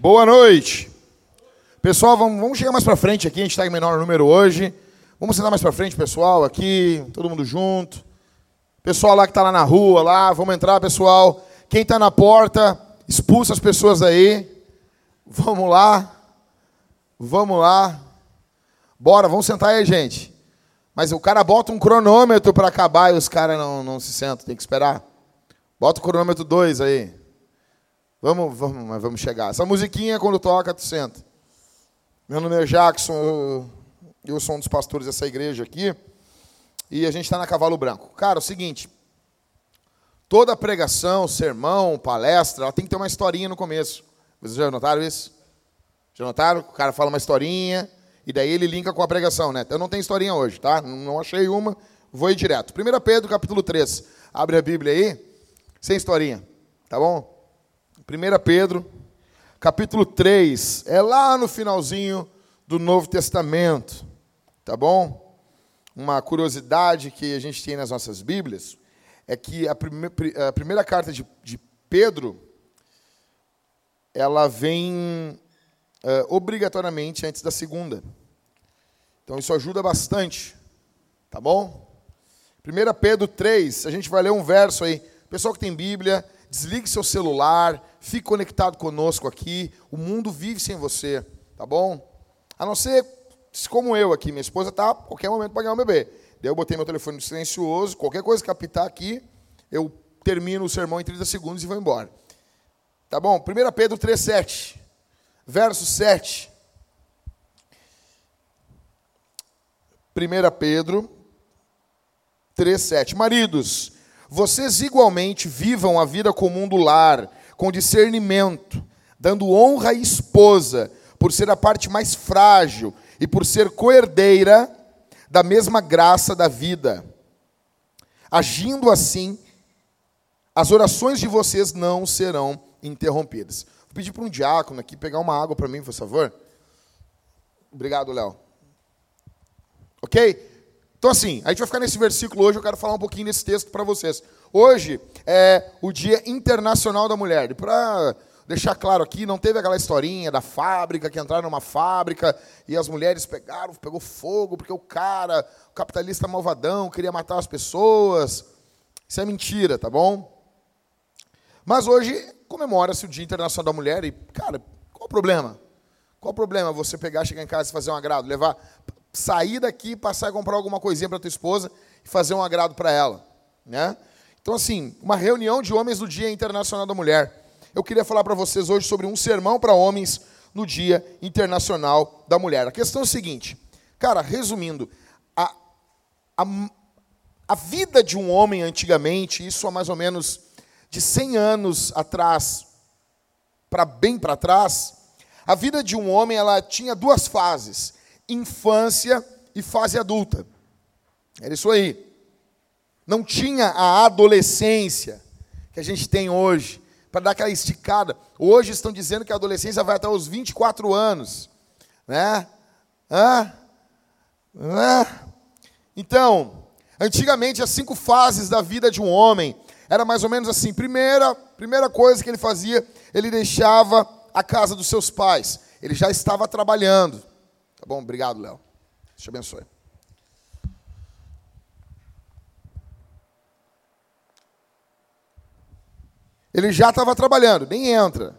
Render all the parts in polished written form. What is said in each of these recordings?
Boa noite. Pessoal, vamos chegar mais para frente aqui, a gente está em menor número hoje. Vamos sentar mais para frente, pessoal, aqui, todo mundo junto. Pessoal lá que está lá na rua, lá, vamos entrar, pessoal. Quem está na porta, expulsa as pessoas daí. Vamos lá. Vamos lá. Bora, vamos sentar aí, gente. Mas o cara bota um cronômetro para acabar e os caras não se sentam, tem que esperar. Bota o cronômetro 2 aí. Vamos chegar. Essa musiquinha, quando toca, tu senta. Meu nome é Jackson, eu sou um dos pastores dessa igreja aqui. E a gente está na Cavalo Branco. Cara, é o seguinte. Toda pregação, sermão, palestra, ela tem que ter uma historinha no começo. Vocês já notaram isso? Já notaram? O cara fala uma historinha e daí ele linka com a pregação, né? Eu não tenho historinha hoje, tá? Não achei uma, vou ir direto. 1 Pedro, capítulo 3. Abre a Bíblia aí, sem historinha, tá bom? 1 Pedro, capítulo 3. É lá no finalzinho do Novo Testamento, tá bom? Uma curiosidade que a gente tem nas nossas Bíblias é que a primeira carta de Pedro, ela vem obrigatoriamente antes da segunda. Então isso ajuda bastante, tá bom? 1 Pedro 3, a gente vai ler um verso aí. Pessoal que tem Bíblia, desligue seu celular, fique conectado conosco aqui. O mundo vive sem você, tá bom? A não ser como eu aqui, minha esposa tá a qualquer momento para ganhar um bebê. Daí eu botei meu telefone no silencioso, qualquer coisa que apitar aqui, eu termino o sermão em 30 segundos e vou embora. Tá bom? 1 Pedro 3,7, verso 7. 1 Pedro 3,7. Maridos, vocês igualmente vivam a vida comum do lar, com discernimento, dando honra à esposa, por ser a parte mais frágil e por ser coerdeira da mesma graça da vida. Agindo assim, as orações de vocês não serão interrompidas. Vou pedir para um diácono aqui pegar uma água para mim, por favor. Obrigado, Léo. Ok? Então assim, a gente vai ficar nesse versículo hoje, eu quero falar um pouquinho desse texto para vocês. Hoje é o Dia Internacional da Mulher. E para deixar claro aqui, não teve aquela historinha da fábrica, que entraram numa fábrica e as mulheres pegou fogo, porque o capitalista malvadão, queria matar as pessoas. Isso é mentira, tá bom? Mas hoje comemora-se o Dia Internacional da Mulher e, cara, qual o problema? Qual o problema você pegar, chegar em casa e fazer um agrado, sair daqui, passar e comprar alguma coisinha para tua esposa e fazer um agrado para ela, né? Então, assim, uma reunião de homens no Dia Internacional da Mulher. Eu queria falar para vocês hoje sobre um sermão para homens no Dia Internacional da Mulher. A questão é a seguinte, cara, resumindo, a vida de um homem antigamente, isso há mais ou menos de 100 anos atrás, bem para trás, a vida de um homem ela tinha duas fases, infância e fase adulta. Era isso aí. Não tinha a adolescência que a gente tem hoje, para dar aquela esticada. Hoje estão dizendo que a adolescência vai até os 24 anos. Né? Então, antigamente, as 5 fases da vida de um homem, era mais ou menos assim. Primeira coisa que ele fazia, ele deixava a casa dos seus pais. Ele já estava trabalhando. Tá bom? Obrigado, Léo. Deus te abençoe. Ele já estava trabalhando, nem entra.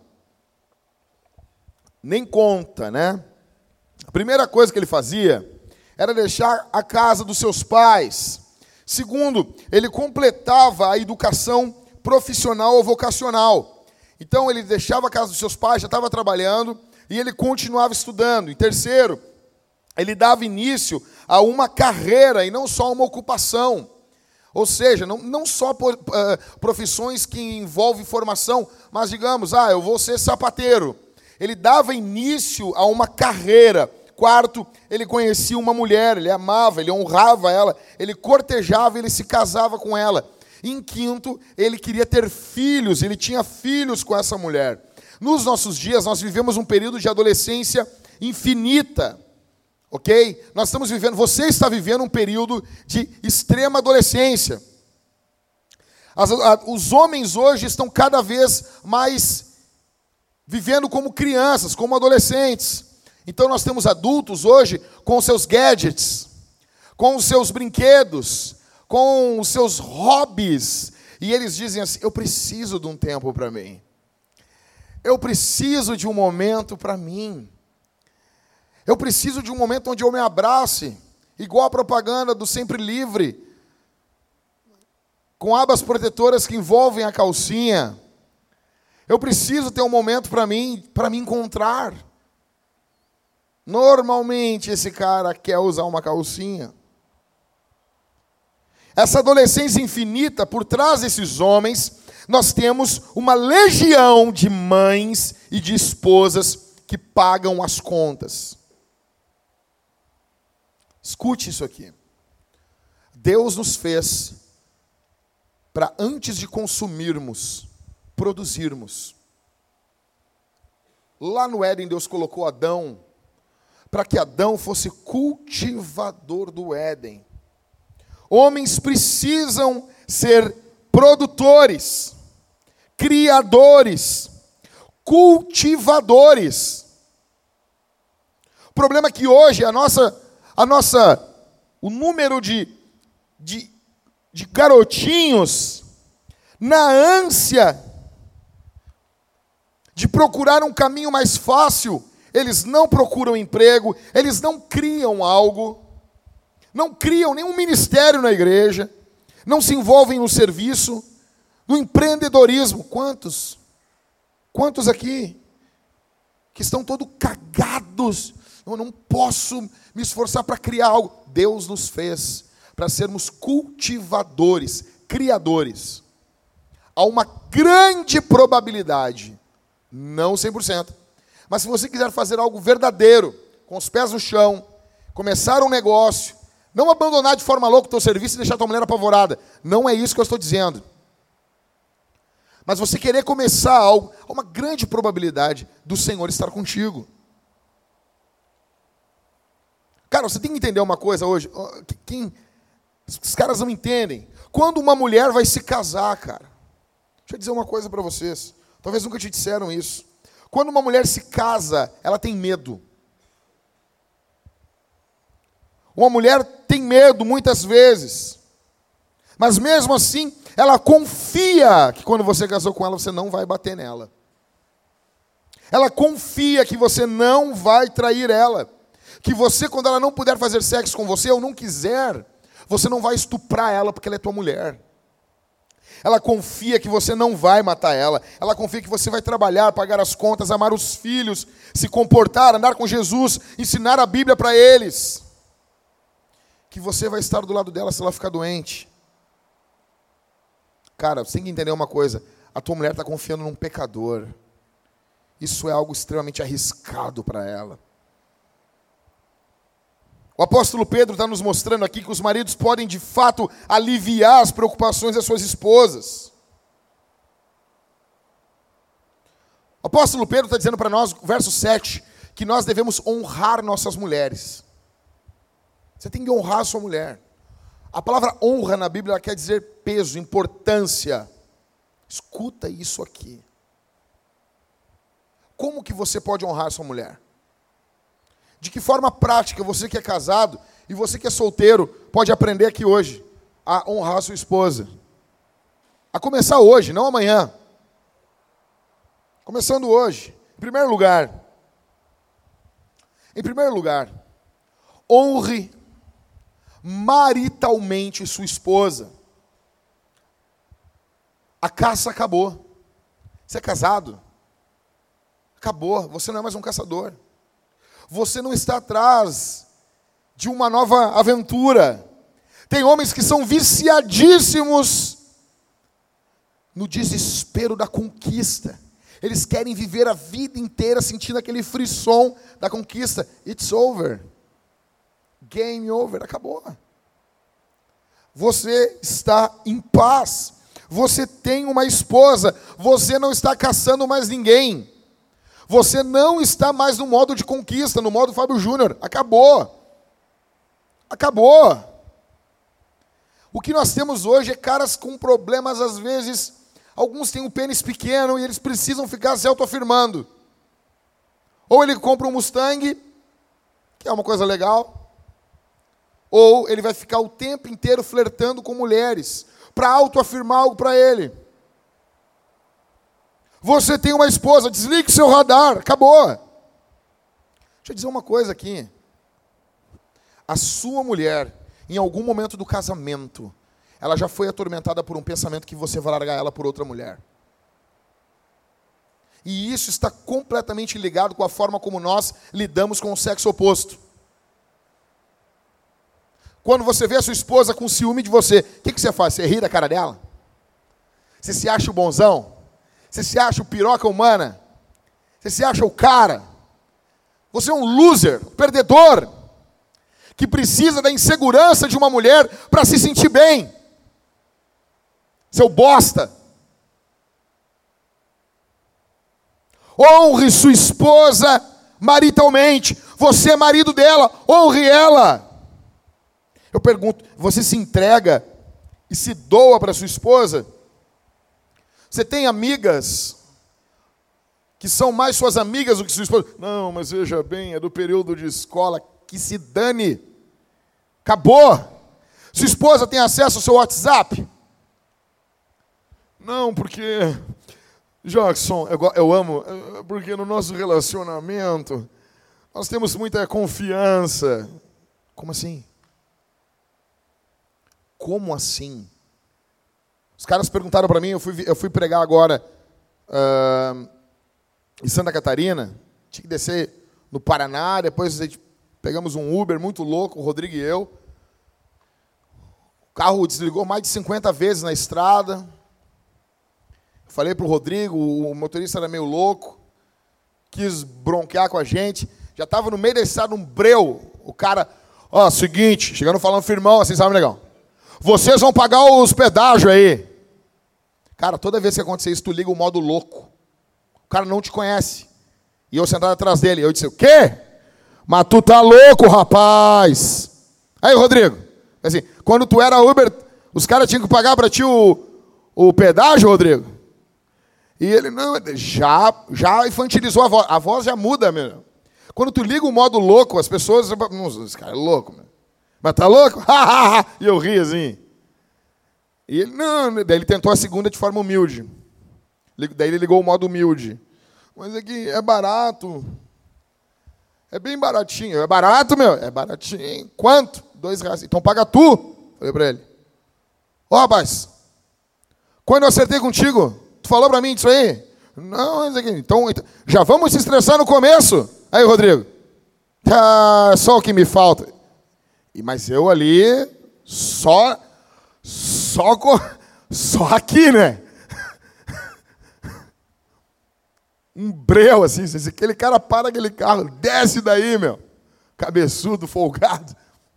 Nem conta, né? A primeira coisa que ele fazia era deixar a casa dos seus pais. Segundo, ele completava a educação profissional ou vocacional. Então, ele deixava a casa dos seus pais, já estava trabalhando, e ele continuava estudando. Em terceiro, ele dava início a uma carreira e não só uma ocupação. Ou seja, não só profissões que envolvem formação, mas digamos, eu vou ser sapateiro. Ele dava início a uma carreira. Quarto, ele conhecia uma mulher, ele amava, ele honrava ela, ele cortejava, ele se casava com ela. Em quinto, ele queria ter filhos, ele tinha filhos com essa mulher. Nos nossos dias, nós vivemos um período de adolescência infinita. Ok? Você está vivendo um período de extrema adolescência. Os homens hoje estão cada vez mais vivendo como crianças, como adolescentes. Então nós temos adultos hoje com os seus gadgets, com os seus brinquedos, com os seus hobbies, e eles dizem assim: eu preciso de um tempo para mim. Eu preciso de um momento para mim. Eu preciso de um momento onde eu me abrace, igual a propaganda do Sempre Livre, com abas protetoras que envolvem a calcinha. Eu preciso ter um momento para mim, para me encontrar. Normalmente esse cara quer usar uma calcinha. Essa adolescência infinita, por trás desses homens, nós temos uma legião de mães e de esposas que pagam as contas. Escute isso aqui. Deus nos fez para, antes de consumirmos, produzirmos. Lá no Éden, Deus colocou Adão para que Adão fosse cultivador do Éden. Homens precisam ser produtores, criadores, cultivadores. O problema é que hoje o número de garotinhos, na ânsia de procurar um caminho mais fácil, eles não procuram emprego, eles não criam algo, não criam nenhum ministério na igreja, não se envolvem no serviço, no empreendedorismo. Quantos aqui que estão todos cagados? Eu não posso me esforçar para criar algo. Deus nos fez para sermos cultivadores, criadores. Há uma grande probabilidade, não 100%, mas se você quiser fazer algo verdadeiro, com os pés no chão, começar um negócio, não abandonar de forma louca o teu serviço e deixar tua mulher apavorada. Não é isso que eu estou dizendo. Mas você querer começar algo, há uma grande probabilidade do Senhor estar contigo. Cara, você tem que entender uma coisa hoje. Os caras não entendem. Quando uma mulher vai se casar, cara. Deixa eu dizer uma coisa para vocês. Talvez nunca te disseram isso. Quando uma mulher se casa, ela tem medo. Uma mulher tem medo muitas vezes. Mas mesmo assim, ela confia que quando você casou com ela, você não vai bater nela. Ela confia que você não vai trair ela. Que você, quando ela não puder fazer sexo com você ou não quiser, você não vai estuprar ela porque ela é tua mulher. Ela confia que você não vai matar ela. Ela confia que você vai trabalhar, pagar as contas, amar os filhos, se comportar, andar com Jesus, ensinar a Bíblia para eles. Que você vai estar do lado dela se ela ficar doente. Cara, você tem que entender uma coisa. A tua mulher está confiando num pecador. Isso é algo extremamente arriscado para ela. O apóstolo Pedro está nos mostrando aqui que os maridos podem, de fato, aliviar as preocupações das suas esposas. O apóstolo Pedro está dizendo para nós, verso 7, que nós devemos honrar nossas mulheres. Você tem que honrar a sua mulher. A palavra honra na Bíblia ela quer dizer peso, importância. Escuta isso aqui. Como que você pode honrar a sua mulher? De que forma prática você que é casado e você que é solteiro pode aprender aqui hoje a honrar a sua esposa? A começar hoje, não amanhã. Começando hoje. Em primeiro lugar, honre maritalmente sua esposa. A caça acabou. Você é casado? Acabou. Você não é mais um caçador. Você não está atrás de uma nova aventura. Tem homens que são viciadíssimos no desespero da conquista. Eles querem viver a vida inteira sentindo aquele frisson da conquista. It's over. Game over. Acabou. Você está em paz. Você tem uma esposa. Você não está caçando mais ninguém. Você não está mais no modo de conquista, no modo Fábio Júnior. Acabou. Acabou. O que nós temos hoje é caras com problemas, às vezes, alguns têm um pênis pequeno e eles precisam ficar se autoafirmando. Ou ele compra um Mustang, que é uma coisa legal, ou ele vai ficar o tempo inteiro flertando com mulheres, para autoafirmar algo para ele. Você tem uma esposa, desligue seu radar, acabou. Deixa eu dizer uma coisa aqui. A sua mulher, em algum momento do casamento, ela já foi atormentada por um pensamento que você vai largar ela por outra mulher. E isso está completamente ligado com a forma como nós lidamos com o sexo oposto. Quando você vê a sua esposa com ciúme de você, o que você faz? Você ri da cara dela? Você se acha o bonzão? Você se acha o piroca humana? Você se acha o cara? Você é um loser, perdedor, que precisa da insegurança de uma mulher para se sentir bem. Seu bosta. Honre sua esposa maritalmente. Você é marido dela, honre ela. Eu pergunto, você se entrega e se doa para sua esposa? Você tem amigas que são mais suas amigas do que sua esposa? Não, mas veja bem, é do período de escola, que se dane. Acabou. Sua esposa tem acesso ao seu WhatsApp? Não, porque, Jackson, eu amo, porque no nosso relacionamento nós temos muita confiança. Como assim? Como assim? Os caras perguntaram para mim, eu fui pregar agora em Santa Catarina, tinha que descer no Paraná, depois pegamos um Uber muito louco, o Rodrigo e eu. O carro desligou mais de 50 vezes na estrada. Falei para o Rodrigo, o motorista era meio louco, quis bronquear com a gente, já estava no meio da estrada, um breu. O cara, seguinte, chegando falando firmão, assim, sabe, legal? Vocês vão pagar os pedágios aí. Cara, toda vez que acontecer isso, tu liga o modo louco. O cara não te conhece. E eu sentado atrás dele, eu disse, o quê? Mas tu tá louco, rapaz. Aí, Rodrigo, assim, quando tu era Uber, os caras tinham que pagar para ti o pedágio, Rodrigo? E ele, não, já infantilizou a voz. A voz já muda, meu. Quando tu liga o modo louco, as pessoas... Esse cara é louco, meu. Mas tá louco? E eu ri assim. E ele, não, daí ele tentou a segunda de forma humilde. Daí ele ligou o modo humilde. Mas aqui é barato. É bem baratinho. É barato, meu? É baratinho. Quanto? R$2. Então paga tu. Falei pra ele. Rapaz, quando eu acertei contigo, tu falou pra mim disso aí? Não, então já vamos se estressar no começo. Aí, Rodrigo. Só o que me falta. Mas eu ali, só aqui, né? Um breu, assim, se aquele cara para aquele carro, desce daí, meu. Cabeçudo, folgado.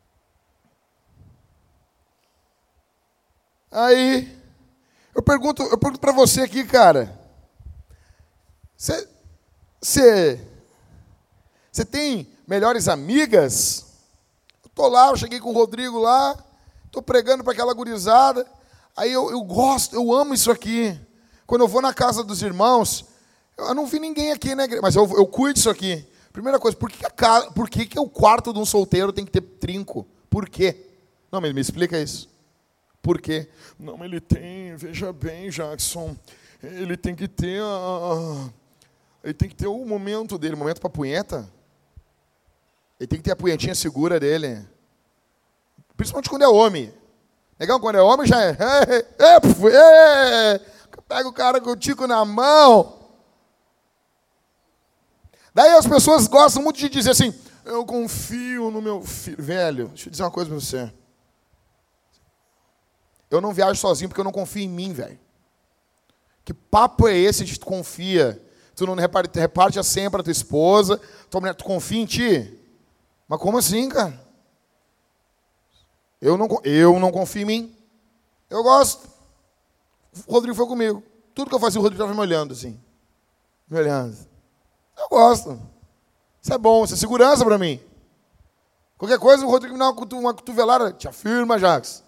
Aí, eu pergunto para você aqui, cara. Você tem melhores amigas? Tô lá, eu cheguei com o Rodrigo lá, tô pregando para aquela gurizada, aí eu gosto, eu amo isso aqui. Quando eu vou na casa dos irmãos, eu não vi ninguém aqui, né, mas eu cuido disso aqui. Primeira coisa, por que o quarto de um solteiro tem que ter trinco? Por quê? Não, mas me explica isso. Por quê? Não, ele tem, veja bem, Jackson, ele tem que ter o momento dele, o momento para punheta. Ele tem que ter a punhetinha segura dele. Principalmente quando é homem. Negão, quando é homem já é. Pega o cara com o tico na mão. Daí as pessoas gostam muito de dizer assim, eu confio no meu filho. Velho, deixa eu dizer uma coisa para você. Eu não viajo sozinho porque eu não confio em mim, velho. Que papo é esse de tu confia? Tu não reparte a senha para tua esposa, tua mulher, tu confia em ti? Mas como assim, cara? Eu não confio em mim. Eu gosto. O Rodrigo foi comigo. Tudo que eu fazia, o Rodrigo estava me olhando assim. Me olhando. Eu gosto. Isso é bom, isso é segurança para mim. Qualquer coisa, o Rodrigo me dá uma cotovelada. Te afirma, Jacques.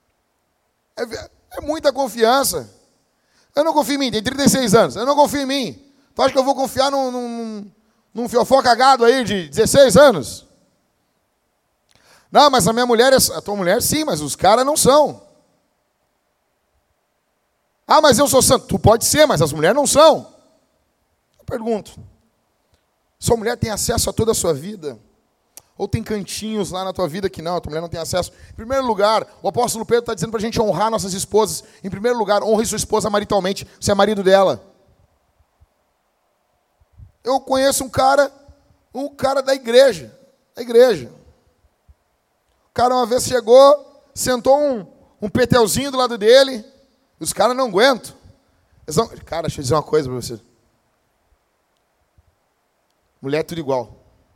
É muita confiança. Eu não confio em mim, tem 36 anos. Eu não confio em mim. Tu acha que eu vou confiar num num fiofó cagado aí de 16 anos. Não, mas a minha mulher, a tua mulher sim, mas os caras não são. Ah, mas eu sou santo. Tu pode ser, mas as mulheres não são. Eu pergunto, sua mulher tem acesso a toda a sua vida? Ou tem cantinhos lá na tua vida que não, a tua mulher não tem acesso? Em primeiro lugar, o apóstolo Pedro está dizendo para a gente honrar nossas esposas. Em primeiro lugar, honre sua esposa maritalmente, você é marido dela. Eu conheço um cara da igreja. O cara uma vez chegou, sentou um petelzinho do lado dele, e os caras não aguentam. Cara, deixa eu dizer uma coisa para você. Mulher é tudo igual.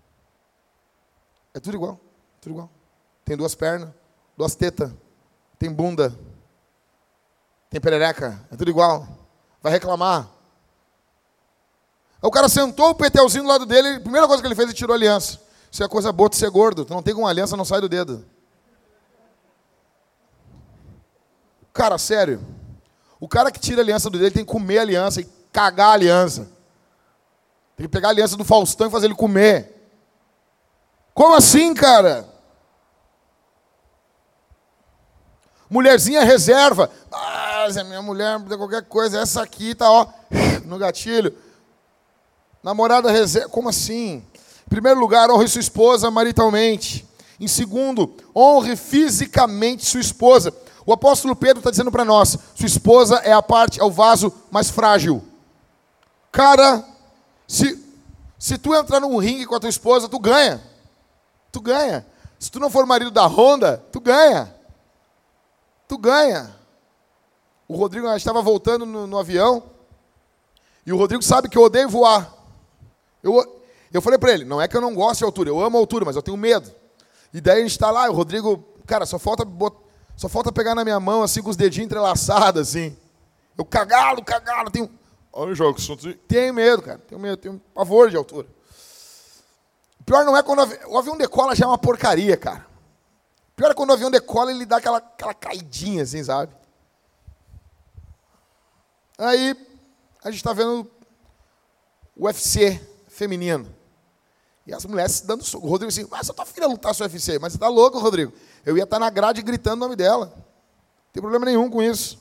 É tudo igual. Tem 2 pernas, 2 tetas, tem bunda, tem perereca, é tudo igual. Vai reclamar. Aí o cara sentou o petelzinho do lado dele, a primeira coisa que ele fez, ele tirou a aliança. Isso é coisa boa de ser gordo, tu não tem com uma aliança, não sai do dedo. Cara, sério. O cara que tira a aliança do dedo tem que comer a aliança e cagar a aliança. Tem que pegar a aliança do Faustão e fazer ele comer. Como assim, cara? Mulherzinha reserva. Ah, se a minha mulher qualquer coisa, essa aqui tá, ó, no gatilho. Namorada reserva. Como assim? Em primeiro lugar, honre sua esposa maritalmente. Em segundo, honre fisicamente sua esposa. O apóstolo Pedro está dizendo para nós, sua esposa é é o vaso mais frágil. Cara, se tu entrar num ringue com a tua esposa, tu ganha. Tu ganha. Se tu não for marido da Honda, tu ganha. Tu ganha. O Rodrigo, a gente estava voltando no avião, e o Rodrigo sabe que eu odeio voar. Eu falei para ele, não é que eu não gosto de altura, eu amo a altura, mas eu tenho medo. E daí a gente está lá, e o Rodrigo, cara, só falta pegar na minha mão, assim, com os dedinhos entrelaçados, assim. Eu cagalo, tenho... Olha, Jackson, tenho medo, cara, tenho pavor de altura. O pior não é quando o avião decola, já é uma porcaria, cara. O pior é quando o avião decola, ele dá aquela caidinha, assim, sabe? Aí, a gente está vendo o UFC feminino. E as mulheres se dando soco. O Rodrigo assim, mas tua filha lutar no UFC. Mas você tá louco, Rodrigo? Eu ia estar na grade gritando o nome dela. Não tem problema nenhum com isso.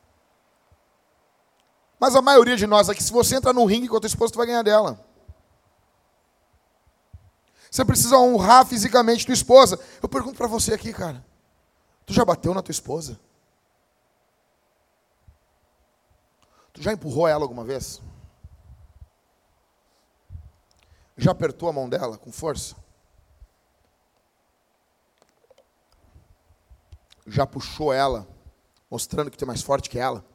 Mas a maioria de nós aqui, se você entrar no ringue com a tua esposa, tu vai ganhar dela. Você precisa honrar fisicamente tua esposa. Eu pergunto para você aqui, cara. Tu já bateu na tua esposa? Tu já empurrou ela alguma vez? Já apertou a mão dela com força? Já puxou ela, mostrando que tu é mais forte que ela?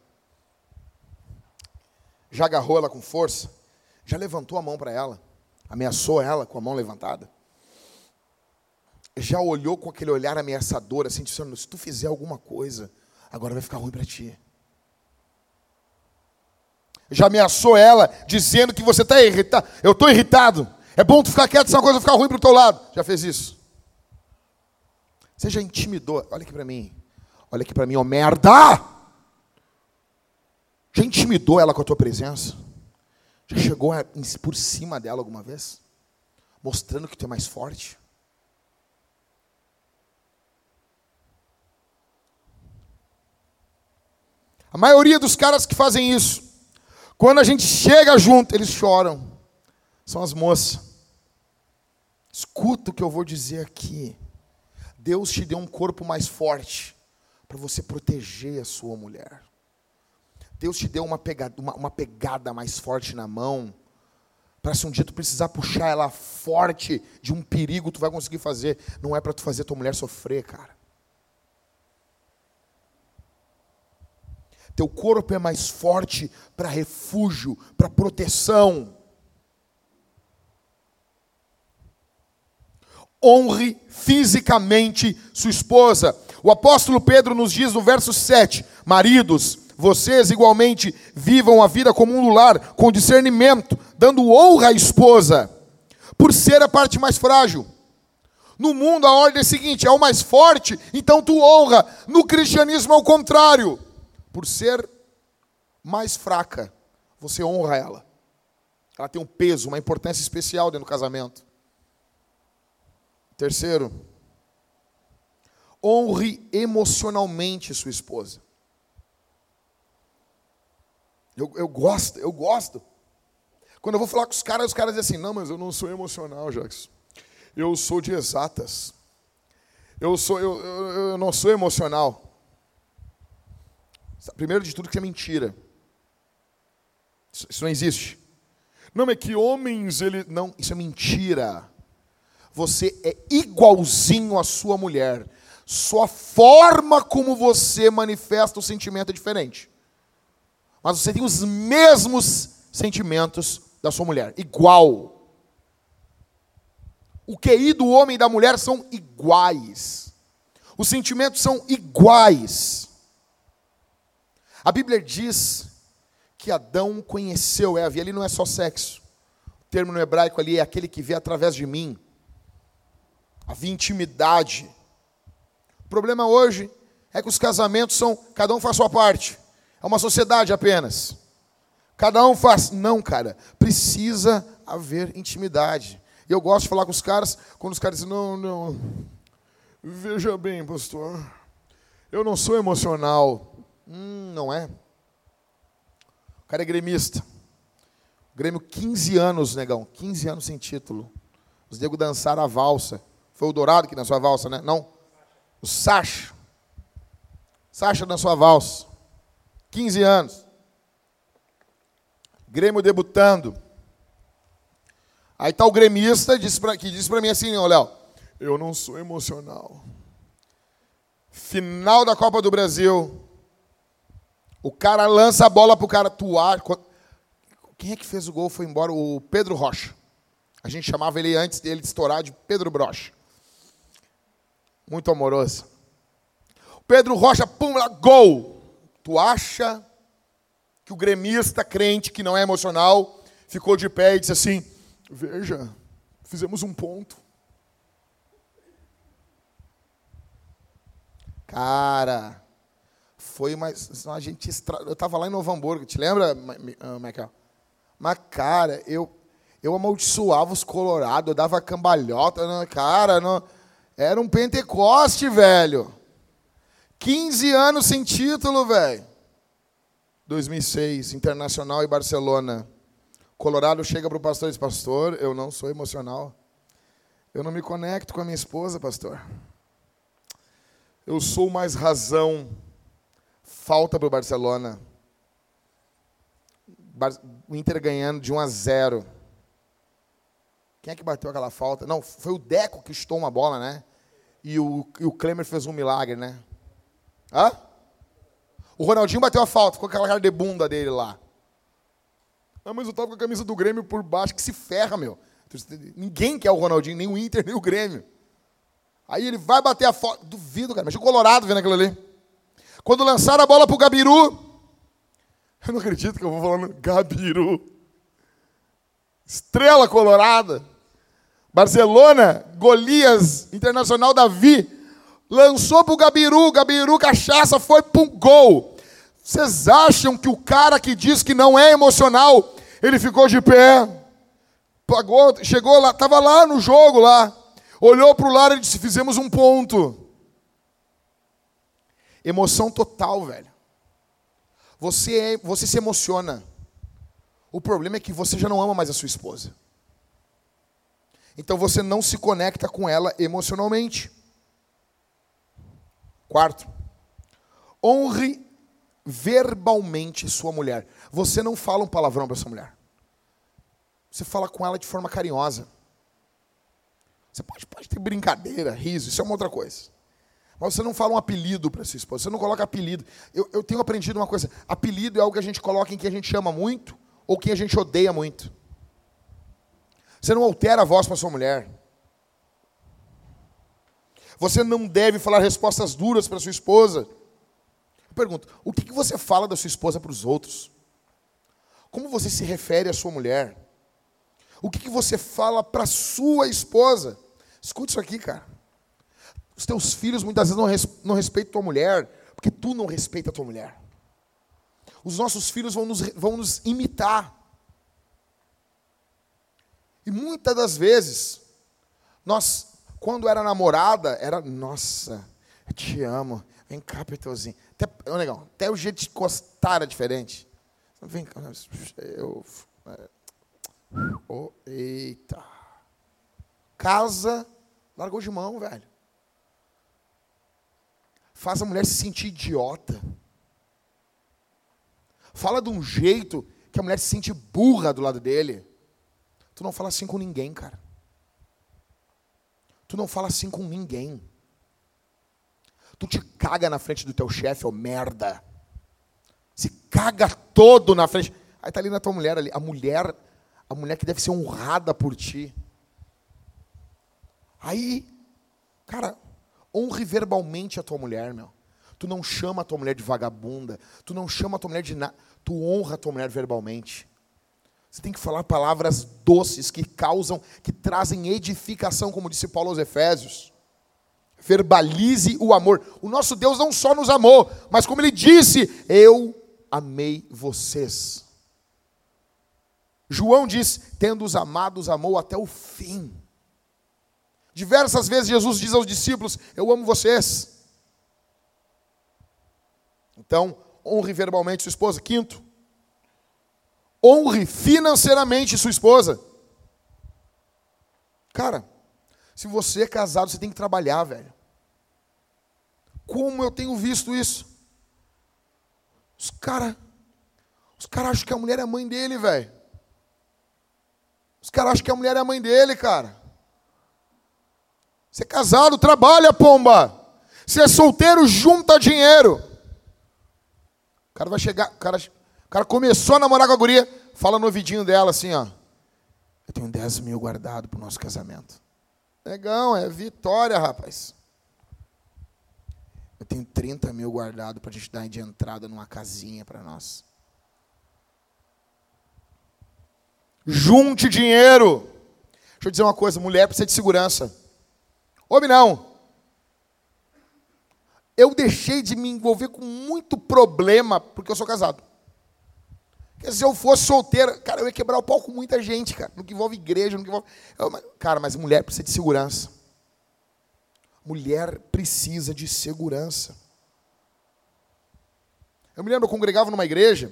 Já agarrou ela com força? Já levantou a mão para ela? Ameaçou ela com a mão levantada? Já olhou com aquele olhar ameaçador, assim, dizendo, se tu fizer alguma coisa, agora vai ficar ruim para ti. Já ameaçou ela, dizendo que você está irritado. Eu estou irritado. É bom tu ficar quieto, senão a coisa vai ficar ruim para o teu lado. Já fez isso? Você já intimidou? Olha aqui para mim, ó merda! Já intimidou ela com a tua presença? Já chegou por cima dela alguma vez? Mostrando que tu é mais forte? A maioria dos caras que fazem isso, quando a gente chega junto, eles choram. São as moças. Escuta o que eu vou dizer aqui. Deus te deu um corpo mais forte para você proteger a sua mulher. Deus te deu uma pegada mais forte na mão, para se um dia tu precisar puxar ela forte de um perigo, tu vai conseguir fazer. Não é para tu fazer tua mulher sofrer, cara. Teu corpo é mais forte para refúgio, para proteção. Honre fisicamente sua esposa. O apóstolo Pedro nos diz no verso 7, maridos, vocês igualmente vivam a vida como um lar, com discernimento, dando honra à esposa, por ser a parte mais frágil. No mundo a ordem é a seguinte, é o mais forte, então tu honra. No cristianismo é o contrário. Por ser mais fraca, você honra ela. Ela tem um peso, uma importância especial dentro do casamento. Terceiro, honre emocionalmente sua esposa. Eu gosto. Quando eu vou falar com os caras dizem assim, não, mas eu não sou emocional, Jackson. Eu sou de exatas. Eu não sou emocional. Primeiro de tudo que é mentira. Isso não existe. Não, é que homens, não, isso é mentira. Você é igualzinho à sua mulher. Só a forma como você manifesta o sentimento é diferente. Mas você tem os mesmos sentimentos da sua mulher. Igual. O QI do homem e da mulher são iguais. Os sentimentos são iguais. A Bíblia diz que Adão conheceu Eva. E ali não é só sexo. O termo no hebraico ali é aquele que vê através de mim. Havia intimidade. O problema hoje é que os casamentos são, cada um faz a sua parte. É uma sociedade apenas. Cada um faz. Não, cara. Precisa haver intimidade. E eu gosto de falar com os caras, quando os caras dizem, não. Veja bem, pastor. Eu não sou emocional. Não é. O cara é gremista. Grêmio 15 anos, negão. 15 anos sem título. Os negros dançaram a valsa. Foi o Dourado que dançou a valsa, né? Não. O Sacha. Sacha dançou a valsa. 15 anos. Grêmio debutando. Aí está o gremista que disse para mim assim, ô Léo, eu não sou emocional. Final da Copa do Brasil. O cara lança a bola pro cara atuar. Quem é que fez o gol? Foi embora o Pedro Rocha. A gente chamava ele antes dele de estourar de Pedro Brocha. Muito amoroso. Pedro Rocha, pum, lá, gol. Tu acha que o gremista crente, que não é emocional, ficou de pé e disse assim, veja, fizemos um ponto. Cara, foi mais... A gente eu estava lá em Novo Hamburgo, te lembra, Michael? Mas, cara, eu amaldiçoava os colorados, eu dava cambalhota, né? Cara, era um Pentecoste, velho. 15 anos sem título, velho. 2006, Internacional e Barcelona. Colorado chega para o pastor e diz, pastor, eu não sou emocional. Eu não me conecto com a minha esposa, pastor. Eu sou mais razão. Falta para o Barcelona. O Inter ganhando de 1-0. Quem é que bateu aquela falta? Não, foi o Deco que chutou uma bola, né? E o Klemer fez um milagre, né? Hã? O Ronaldinho bateu a falta, ficou com aquela cara de bunda dele lá. Ah, mas eu tava com a camisa do Grêmio por baixo, que se ferra, meu. Ninguém quer o Ronaldinho, nem o Inter, nem o Grêmio. Aí ele vai bater a falta. Duvido, cara. Mas o Colorado vendo aquilo ali. Quando lançaram a bola pro Gabiru, eu não acredito que eu vou falando Gabiru. Estrela colorada. Barcelona, Golias, Internacional Davi. Lançou pro Gabiru, Gabiru, cachaça, foi pro gol. Vocês acham que o cara que diz que não é emocional, ele ficou de pé, pagou, chegou lá, estava lá no jogo, lá, olhou para o lado e disse, fizemos um ponto. Emoção total, velho. Você se emociona. O problema é que você já não ama mais a sua esposa. Então você não se conecta com ela emocionalmente. Quarto, honre verbalmente sua mulher. Você não fala um palavrão para sua mulher. Você fala com ela de forma carinhosa. Você pode ter brincadeira, riso, isso é uma outra coisa. Mas você não fala um apelido para sua esposa, você não coloca apelido. Eu tenho aprendido uma coisa, apelido é algo que a gente coloca em quem a gente ama muito ou quem a gente odeia muito. Você não altera a voz para sua mulher. Você não deve falar respostas duras para sua esposa. Eu pergunto, o que você fala da sua esposa para os outros? Como você se refere à sua mulher? O que você fala para a sua esposa? Escute isso aqui, cara. Os teus filhos muitas vezes não respeitam tua mulher, porque tu não respeita a tua mulher. Os nossos filhos vão nos imitar. E muitas das vezes, nós, quando era namorada, era, nossa, eu te amo, vem cá, Peteuzinho. Até, legal, até o jeito de encostar era diferente. Vem cá, eita. Casa, largou de mão, velho. Faz a mulher se sentir idiota. Fala de um jeito que a mulher se sente burra do lado dele. Tu não fala assim com ninguém, cara. Tu não fala assim com ninguém. Tu te caga na frente do teu chefe, ô merda. Se caga todo na frente. Aí tá ali na tua mulher ali. A mulher que deve ser honrada por ti. Aí, cara, honre verbalmente a tua mulher, meu. Tu não chama a tua mulher de vagabunda. Tu não chama a tua mulher de nada. Tu honra a tua mulher verbalmente. Você tem que falar palavras doces que causam, que trazem edificação, como disse Paulo aos Efésios. Verbalize o amor. O nosso Deus não só nos amou, mas como Ele disse, eu amei vocês. João diz, tendo-os amados, amou até o fim. Diversas vezes Jesus diz aos discípulos, eu amo vocês. Então, honre verbalmente sua esposa. Quinto, honre financeiramente sua esposa. Cara, se você é casado, você tem que trabalhar, velho. Como eu tenho visto isso? Os caras acham que a mulher é a mãe dele, velho. Os caras acham que a mulher é a mãe dele, cara. Você é casado, trabalha, pomba. Você é solteiro, junta dinheiro. O cara vai chegar, o cara começou a namorar com a guria, fala no ouvidinho dela assim, ó. Eu tenho 10 mil guardado pro nosso casamento. Legal, é vitória, rapaz. Eu tenho 30 mil guardado pra gente dar de entrada numa casinha para nós. Junte dinheiro. Deixa eu dizer uma coisa, mulher precisa de segurança. Homem não. Eu deixei de me envolver com muito problema porque eu sou casado. Porque se eu fosse solteiro, cara, eu ia quebrar o pau com muita gente, cara. No que envolve igreja, no que envolve... Cara, mas mulher precisa de segurança. Mulher precisa de segurança. Eu me lembro, eu congregava numa igreja,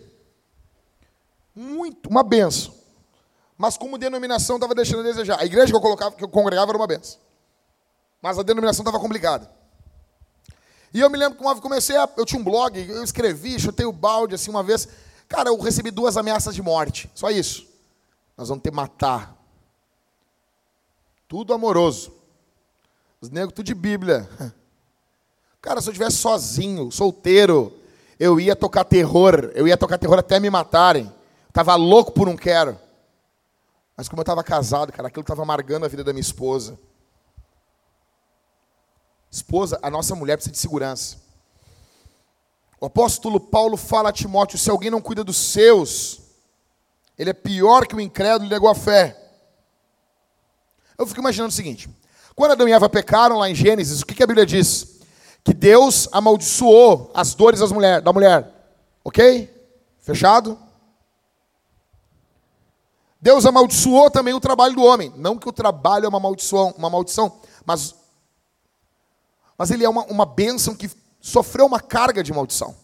uma benção. Mas como denominação estava deixando a desejar. A igreja que eu congregava era uma benção. Mas a denominação estava complicada. E eu me lembro que eu tinha um blog, eu escrevi, chutei o balde assim uma vez. Cara, eu recebi 2 ameaças de morte. Só isso. Nós vamos te matar. Tudo amoroso. Os negros tudo de Bíblia. Cara, se eu estivesse sozinho, solteiro, eu ia tocar terror. Eu ia tocar terror até me matarem. Estava louco por não quero. Mas como eu estava casado, cara, aquilo estava amargando a vida da minha esposa. Esposa, a nossa mulher precisa de segurança. O apóstolo Paulo fala a Timóteo, se alguém não cuida dos seus, ele é pior que o incrédulo e negou a fé. Eu fico imaginando o seguinte, quando Adão e Eva pecaram lá em Gênesis, o que a Bíblia diz? Que Deus amaldiçoou as dores da mulher. Ok? Fechado? Deus amaldiçoou também o trabalho do homem. Não que o trabalho é uma maldição, mas ele é uma bênção que sofreu uma carga de maldição.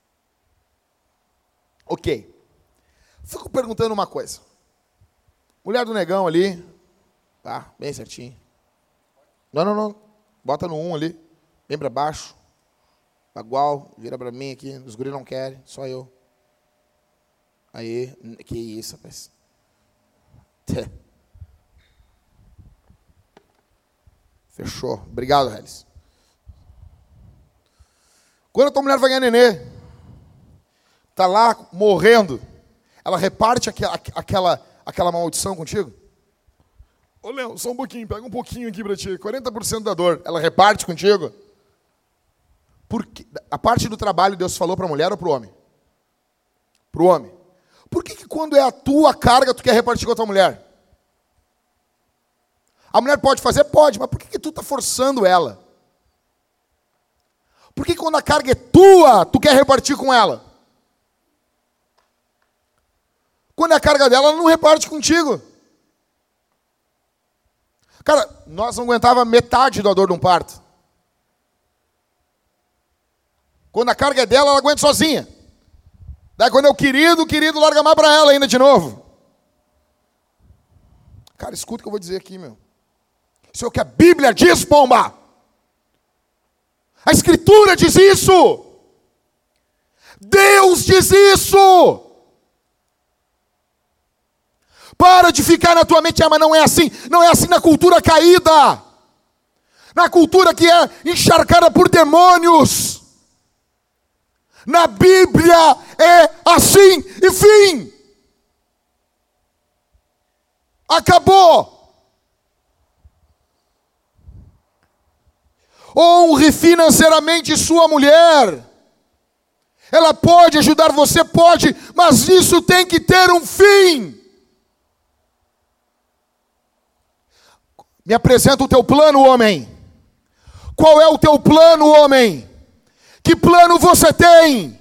Ok. Fico perguntando uma coisa. Mulher do negão ali. Tá, bem certinho. Não. Bota no 1 ali. Bem para baixo. Igual, vira para mim aqui. Os guris não querem, só eu. Aí, que isso, rapaz. Fechou. Obrigado, Relis. Quando a tua mulher vai ganhar nenê, tá lá morrendo, ela reparte aquela maldição contigo? Ô, Léo, só um pouquinho, pega um pouquinho aqui pra ti, 40% da dor, ela reparte contigo? Porque a parte do trabalho Deus falou pra mulher ou pro homem? Pro homem. Por que quando é a tua carga, tu quer repartir com a tua mulher? A mulher pode fazer? Pode, mas por que tu tá forçando ela? Por que quando a carga é tua, tu quer repartir com ela? Quando é a carga dela, ela não reparte contigo. nós não aguentava metade da dor de um parto. Quando a carga é dela, ela aguenta sozinha. Daí quando é o querido larga mais para ela ainda de novo. Cara, escuta o que eu vou dizer aqui, meu. Isso é o que a Bíblia diz, pomba. A Escritura diz isso. Deus diz isso. Para de ficar na tua mente, mas não é assim. Não é assim na cultura caída. Na cultura que é encharcada por demônios. Na Bíblia é assim e fim. Acabou. Honre financeiramente sua mulher. Ela pode ajudar você, pode, mas isso tem que ter um fim. Me apresenta o teu plano, homem. Qual é o teu plano, homem? Que plano você tem?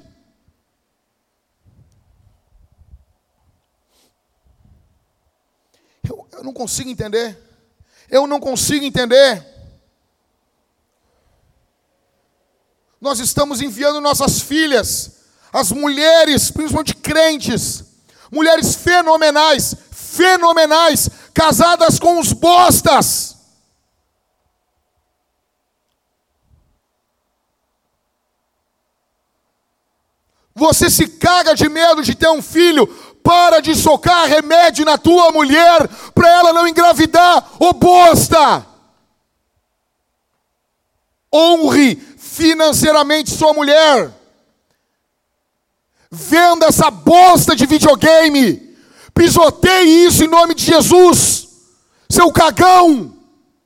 Eu não consigo entender. Eu não consigo entender. Nós estamos enviando nossas filhas, as mulheres, principalmente crentes, mulheres fenomenais, casadas com os bostas. Você se caga de medo de ter um filho, para de socar remédio na tua mulher, para ela não engravidar, ô bosta! Honre financeiramente sua mulher. Venda essa bosta de videogame. Pisoteie isso em nome de Jesus, seu cagão.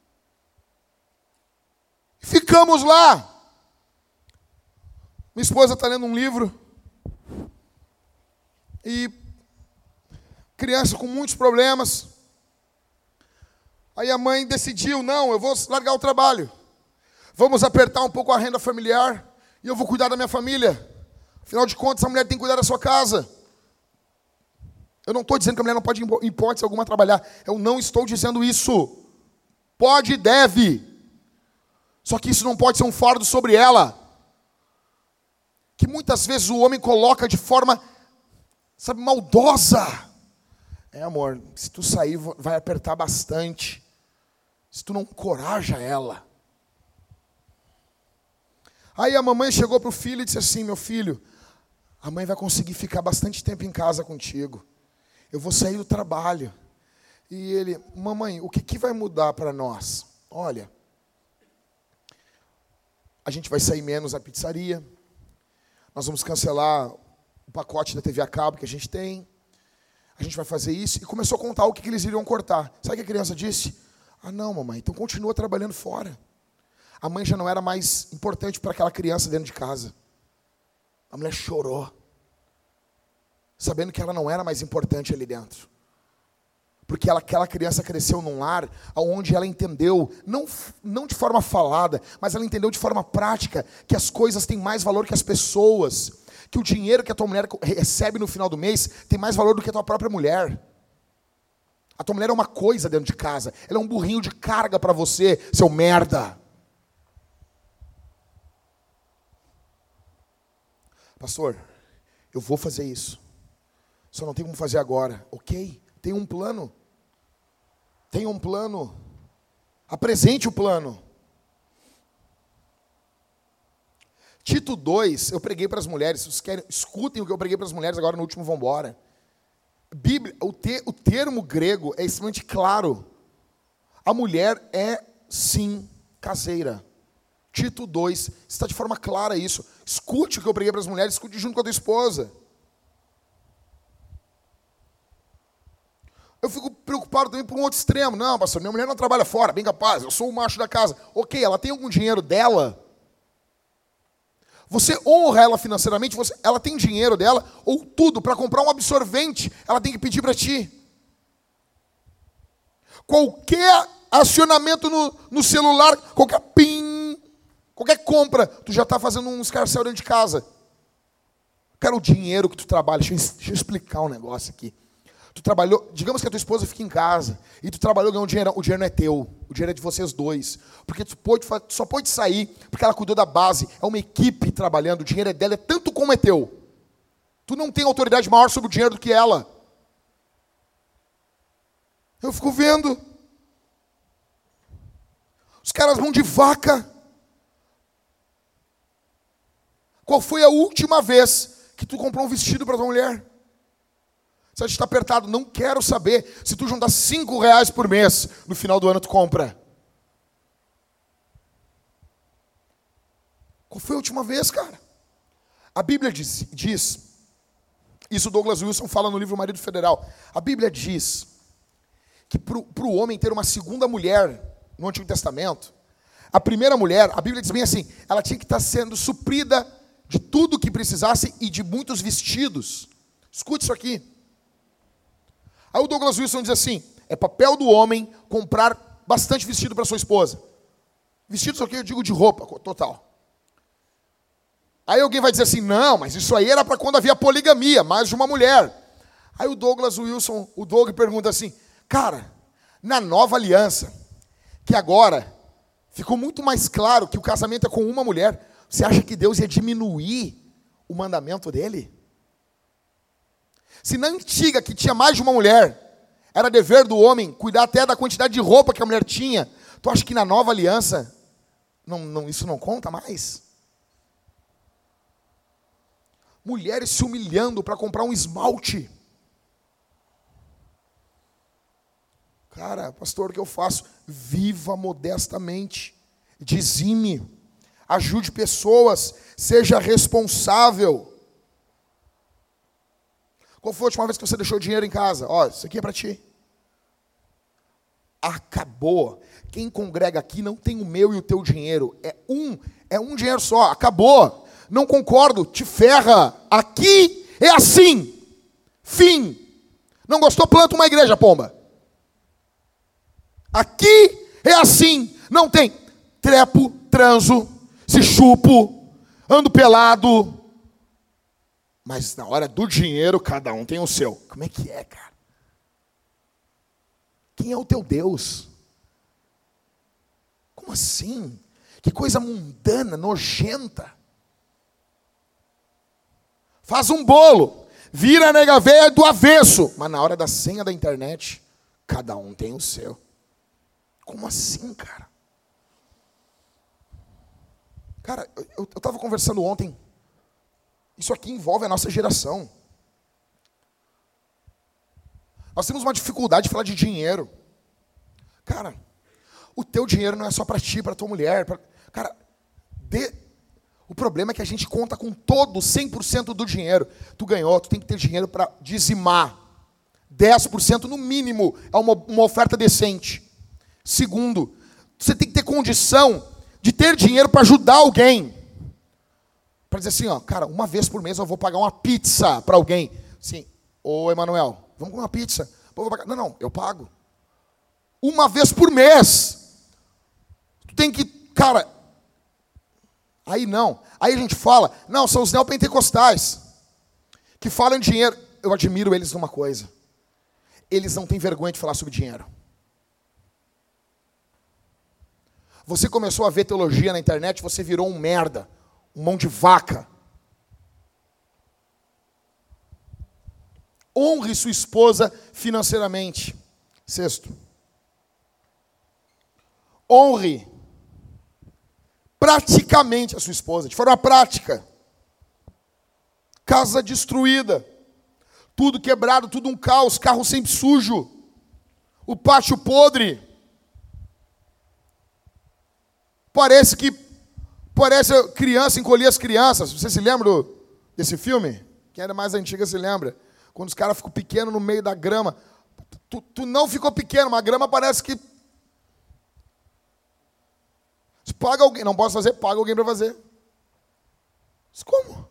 Ficamos lá. Minha esposa está lendo um livro. E criança com muitos problemas. Aí a mãe decidiu, não, eu vou largar o trabalho. Vamos apertar um pouco a renda familiar e eu vou cuidar da minha família. Afinal de contas, a mulher tem que cuidar da sua casa. Eu não estou dizendo que a mulher não pode, em hipótese alguma, trabalhar. Eu não estou dizendo isso. Pode e deve. Só que isso não pode ser um fardo sobre ela. Que muitas vezes o homem coloca de forma, sabe, maldosa. Amor, se tu sair, vai apertar bastante. Se tu não encoraja ela. Aí a mamãe chegou para o filho e disse assim, meu filho, a mãe vai conseguir ficar bastante tempo em casa contigo. Eu vou sair do trabalho. E ele, mamãe, o que vai mudar para nós? Olha, a gente vai sair menos à pizzaria. Nós vamos cancelar o pacote da TV a cabo que a gente tem. A gente vai fazer isso. E começou a contar o que eles iriam cortar. Sabe o que a criança disse? Ah, não, mamãe, então continua trabalhando fora. A mãe já não era mais importante para aquela criança dentro de casa. A mulher chorou, sabendo que ela não era mais importante ali dentro. Porque aquela criança cresceu num lar onde ela entendeu, não de forma falada, mas ela entendeu de forma prática, que as coisas têm mais valor que as pessoas. Que o dinheiro que a tua mulher recebe no final do mês tem mais valor do que a tua própria mulher. A tua mulher é uma coisa dentro de casa. Ela é um burrinho de carga para você, seu merda. Pastor, eu vou fazer isso. Só não tem como fazer agora. Ok, tem um plano. Tem um plano. Apresente o plano. Tito 2, eu preguei para as mulheres. Vocês querem, escutem o que eu preguei para as mulheres agora no último Vambora. Bíblia, o termo grego é extremamente claro. A mulher é, sim, caseira. Tito 2, está de forma clara isso. Escute o que eu preguei para as mulheres, escute junto com a tua esposa. Eu fico preocupado também por um outro extremo. Não, pastor, minha mulher não trabalha fora, bem capaz, eu sou o macho da casa. Ok, ela tem algum dinheiro dela? Você honra ela financeiramente? Ela tem dinheiro dela? Ou tudo, para comprar um absorvente, ela tem que pedir para ti? Qualquer acionamento no celular, qualquer pin, qualquer compra, tu já está fazendo um escarcéu dentro de casa. Cara, o dinheiro que tu trabalha, deixa eu explicar um negócio aqui. Tu trabalhou, digamos que a tua esposa fica em casa, e tu trabalhou, ganhou dinheiro, o dinheiro não é teu, o dinheiro é de vocês dois. Porque tu só pode sair, porque ela cuidou da base, é uma equipe trabalhando, o dinheiro é dela, é tanto como é teu. Tu não tem autoridade maior sobre o dinheiro do que ela. Eu fico vendo. Os caras vão de vaca. Qual foi a última vez que tu comprou um vestido para tua mulher? Se a gente está apertado, não quero saber. Se tu juntar R$5 por mês, no final do ano tu compra. Qual foi a última vez, cara? A Bíblia diz isso o Douglas Wilson fala no livro Marido Federal. A Bíblia diz que para o homem ter uma segunda mulher no Antigo Testamento, a primeira mulher, a Bíblia diz bem assim, ela tinha que estar sendo suprida de tudo que precisasse e de muitos vestidos. Escute isso aqui. Aí o Douglas Wilson diz assim, é papel do homem comprar bastante vestido para sua esposa. Vestidos aqui eu digo de roupa, total. Aí alguém vai dizer assim, não, mas isso aí era para quando havia poligamia, mais de uma mulher. Aí o Douglas Wilson, o Doug pergunta assim, cara, na nova aliança, que agora ficou muito mais claro que o casamento é com uma mulher, você acha que Deus ia diminuir o mandamento dele? Se na antiga, que tinha mais de uma mulher, era dever do homem cuidar até da quantidade de roupa que a mulher tinha, tu acha que na nova aliança, isso não conta mais? Mulheres se humilhando para comprar um esmalte. Cara, pastor, o que eu faço? Viva modestamente, dizime, ajude pessoas, seja responsável. Qual foi a última vez que você deixou dinheiro em casa? Ó, isso aqui é para ti. Acabou. Quem congrega aqui não tem o meu e o teu dinheiro. É um dinheiro só. Acabou. Não concordo. Te ferra. Aqui é assim. Fim. Não gostou? Planta uma igreja, pomba. Aqui é assim. Não tem trepo, transo, se chupo, ando pelado. Mas na hora do dinheiro, cada um tem o seu. Como é que é, cara? Quem é o teu Deus? Como assim? Que coisa mundana, nojenta. Faz um bolo, vira a nega véia do avesso. Mas na hora da senha da internet, cada um tem o seu. Como assim, cara? Cara, eu estava conversando ontem. Isso aqui envolve a nossa geração. Nós temos uma dificuldade de falar de dinheiro. Cara, o teu dinheiro não é só para ti, para tua mulher. Cara, o problema é que a gente conta com todo 100% do dinheiro. Tu ganhou, tu tem que ter dinheiro para dizimar. 10% no mínimo é uma oferta decente. Segundo, você tem que ter condição de ter dinheiro para ajudar alguém. Para dizer assim, ó, cara, uma vez por mês eu vou pagar uma pizza para alguém. Sim, ô Emanuel, vamos comer uma pizza? Pô, vou pagar. Não, eu pago. Uma vez por mês. Tu tem que, cara, aí não. Aí a gente fala, não, são os neopentecostais que falam em dinheiro. Eu admiro eles numa coisa. Eles não têm vergonha de falar sobre dinheiro. Você começou a ver teologia na internet, você virou um merda. Um mão de vaca. Honre sua esposa financeiramente. Sexto. Honre praticamente a sua esposa, de forma prática. Casa destruída. Tudo quebrado, tudo um caos, carro sempre sujo. O pátio podre. Parece criança encolher as crianças. Você se lembra desse filme? Quem era mais antiga se lembra. Quando os caras ficam pequenos no meio da grama. Tu não ficou pequeno, mas a grama parece que... Se paga alguém, não posso fazer, paga alguém para fazer. Mas como?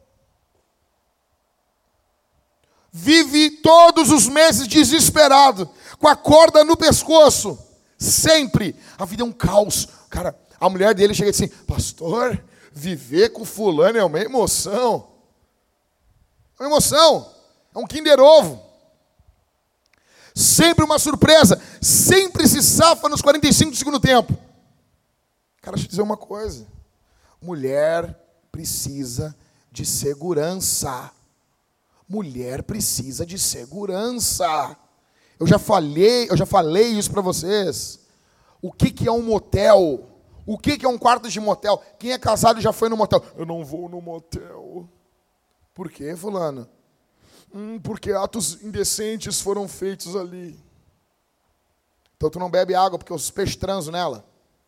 Vive todos os meses desesperado, com a corda no pescoço. Sempre. A vida é um caos. Cara, a mulher dele chega e diz assim, pastor, viver com fulano é uma emoção. É uma emoção. É um Kinder Ovo. Sempre uma surpresa. Sempre se safa nos 45 do segundo tempo. Cara, deixa eu dizer uma coisa. Mulher precisa de segurança. Mulher precisa de segurança. Eu já falei isso para vocês. O que é um motel? O que é um quarto de motel? Quem é casado já foi no motel. Eu não vou no motel. Por quê, fulano? Porque atos indecentes foram feitos ali. Então tu não bebe água porque os peixes transam nela.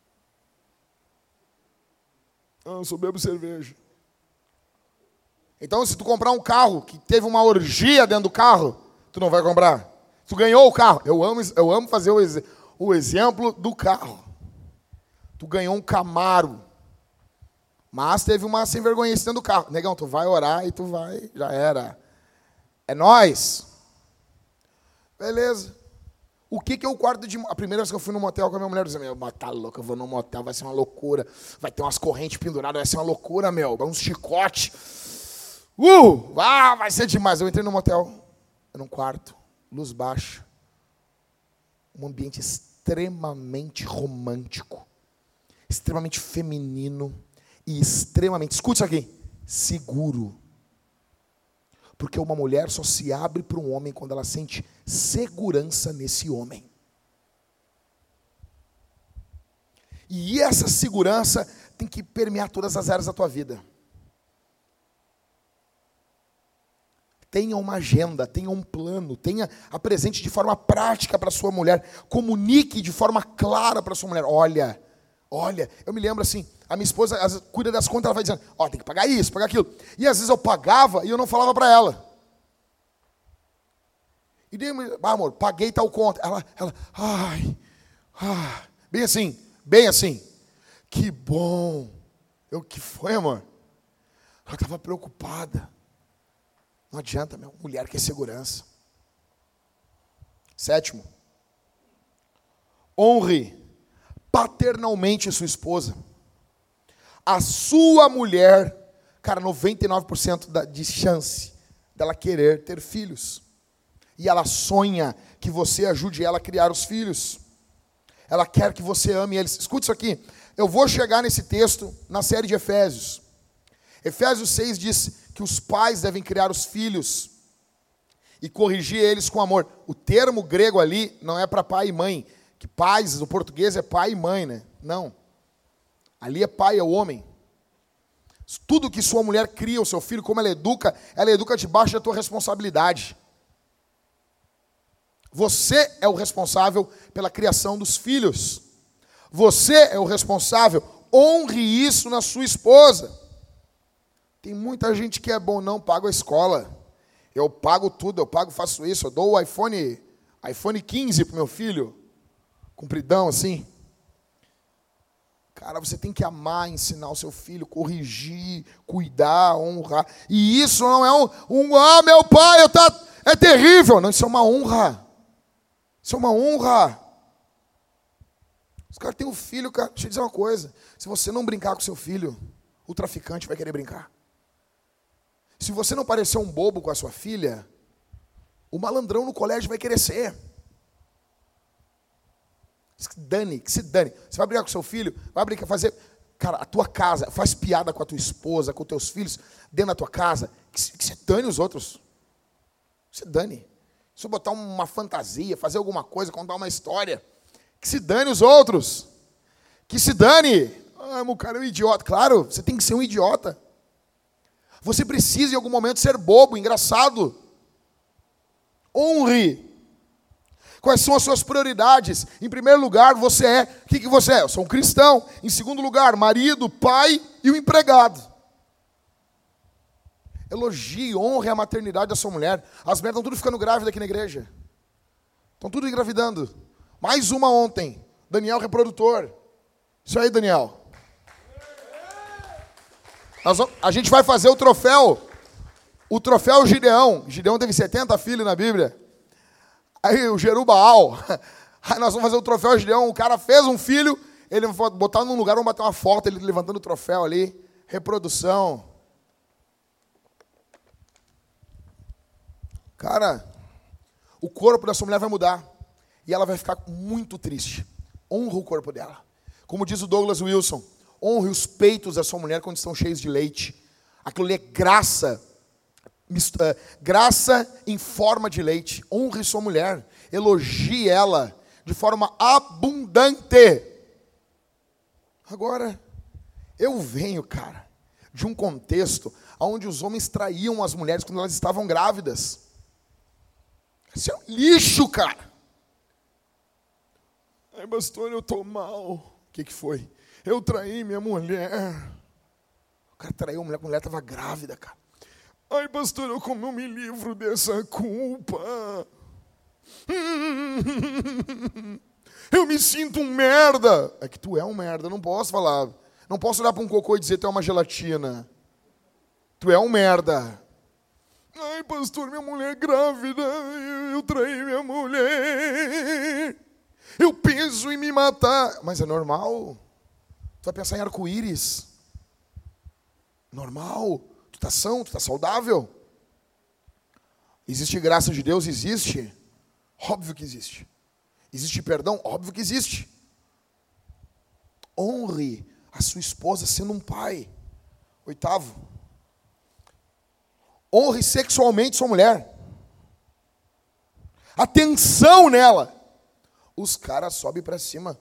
Eu só bebo cerveja. Então se tu comprar um carro que teve uma orgia dentro do carro, tu não vai comprar. Tu ganhou o carro. Eu amo fazer o exemplo do carro. Tu ganhou um Camaro. Mas teve uma sem vergonha dentro do carro. Negão, tu vai orar e tu vai, já era. É nóis. Beleza. O que é o quarto de... A primeira vez que eu fui no motel com a minha mulher, eu disse, meu, tá louco, eu vou no motel, vai ser uma loucura. Vai ter umas correntes penduradas, vai ser uma loucura, meu. Uns chicote. Vai ser demais. Eu entrei no motel, num quarto, luz baixa. Um ambiente extremamente romântico. Extremamente feminino. E extremamente, escute isso aqui, seguro. Porque uma mulher só se abre para um homem quando ela sente segurança nesse homem. E essa segurança tem que permear todas as áreas da tua vida. Tenha uma agenda, tenha um plano, apresente de forma prática para a sua mulher. Comunique de forma clara para a sua mulher. Olha, eu me lembro assim, a minha esposa às vezes, cuida das contas, ela vai dizendo, tem que pagar isso, pagar aquilo. E às vezes eu pagava e eu não falava para ela. E daí, amor, paguei tal conta. Ela, bem assim. Que bom. O que foi, amor? Ela estava preocupada. Não adianta, meu, mulher quer segurança. 7, honre paternalmente sua esposa. A sua mulher, cara, 99% de chance dela querer ter filhos. E ela sonha que você ajude ela a criar os filhos. Ela quer que você ame eles. Escute isso aqui. Eu vou chegar nesse texto na série de Efésios. Efésios 6 diz que os pais devem criar os filhos e corrigir eles com amor. O termo grego ali não é para pai e mãe. Que pais, no português é pai e mãe, né? Não. Ali é pai, é o homem. Tudo que sua mulher cria, o seu filho, como ela educa debaixo da tua responsabilidade. Você é o responsável pela criação dos filhos. Você é o responsável. Honre isso na sua esposa. Tem muita gente que é bom, não paga a escola. Eu pago tudo, faço isso. Eu dou o iPhone 15 para o meu filho. Compridão assim. Cara, você tem que amar, ensinar o seu filho, corrigir, cuidar, honrar. E isso não é meu pai, é terrível. Não, isso é uma honra. Isso é uma honra. Os caras têm um filho, cara. Deixa eu dizer uma coisa. Se você não brincar com seu filho, o traficante vai querer brincar. Se você não parecer um bobo com a sua filha, o malandrão no colégio vai querer ser. Que se dane. Você vai brigar com seu filho, vai brincar, fazer... Cara, a tua casa, faz piada com a tua esposa, com os teus filhos, dentro da tua casa, que se dane os outros. Que se dane. Se eu botar uma fantasia, fazer alguma coisa, contar uma história, que se dane os outros. Que se dane. O cara é um idiota. Claro, você tem que ser um idiota. Você precisa em algum momento ser bobo, engraçado. Honre. Quais são as suas prioridades? Em primeiro lugar, você é... O que você é? Eu sou um cristão. Em segundo lugar, marido, pai e o empregado. Elogie, honre a maternidade da sua mulher. As mulheres estão tudo ficando grávidas aqui na igreja. Estão tudo engravidando. Mais uma ontem. Daniel, reprodutor. Isso aí, Daniel. A gente vai fazer o troféu Gideão. Gideão teve 70 filhos na Bíblia. Aí o Jerubaal. Aí nós vamos fazer o troféu Gideão. O cara fez um filho, ele vai botar num lugar, vamos bater uma foto, ele levantando o troféu ali. Reprodução. Cara, o corpo da sua mulher vai mudar. E ela vai ficar muito triste. Honra o corpo dela. Como diz o Douglas Wilson, honre os peitos da sua mulher quando estão cheios de leite. Aquilo ali é graça. Graça em forma de leite. Honre sua mulher. Elogie ela de forma abundante. Agora, eu venho, cara, de um contexto onde os homens traíam as mulheres quando elas estavam grávidas. Isso é um lixo, cara. Ai, pastor, eu estou mal. O que foi? Eu traí minha mulher. O cara traiu a mulher, quando a mulher estava grávida, cara. Ai, pastor, como eu me livro dessa culpa? Eu me sinto um merda. É que tu é um merda, não posso falar. Não posso olhar para um cocô e dizer que tu é uma gelatina. Tu é um merda. Ai, pastor, minha mulher é grávida. Eu traí minha mulher. Eu penso em me matar. Mas é normal. Tu vai pensar em arco-íris. Normal. Tu tá são, tu tá saudável. Existe graça de Deus? Existe. Óbvio que existe. Existe perdão? Óbvio que existe. Honre a sua esposa sendo um pai. 8º. Honre sexualmente sua mulher. Atenção nela. Os caras sobem para cima.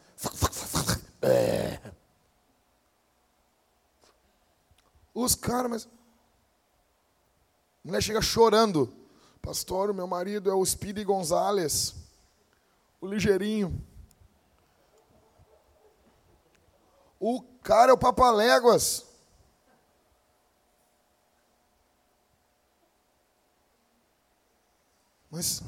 Os caras, mas... A mulher chega chorando. Pastor, o meu marido é o Speedy Gonzalez. O ligeirinho. O cara é o Papaléguas. Mas,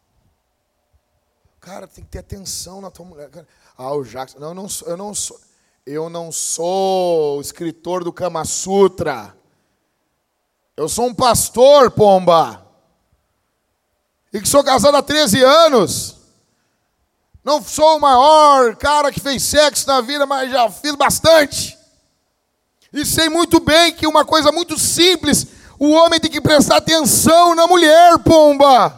cara, tem que ter atenção na tua mulher. Cara. O Jackson. Não, eu não sou o escritor do Kama Sutra. Eu sou um pastor, pomba. E que sou casado há 13 anos. Não sou o maior cara que fez sexo na vida, mas já fiz bastante. E sei muito bem que uma coisa muito simples, o homem tem que prestar atenção na mulher, pomba.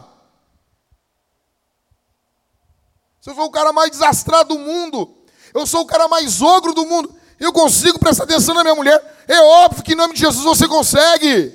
Eu sou o cara mais desastrado do mundo. Eu sou o cara mais ogro do mundo. Eu consigo prestar atenção na minha mulher. É óbvio que em nome de Jesus você consegue.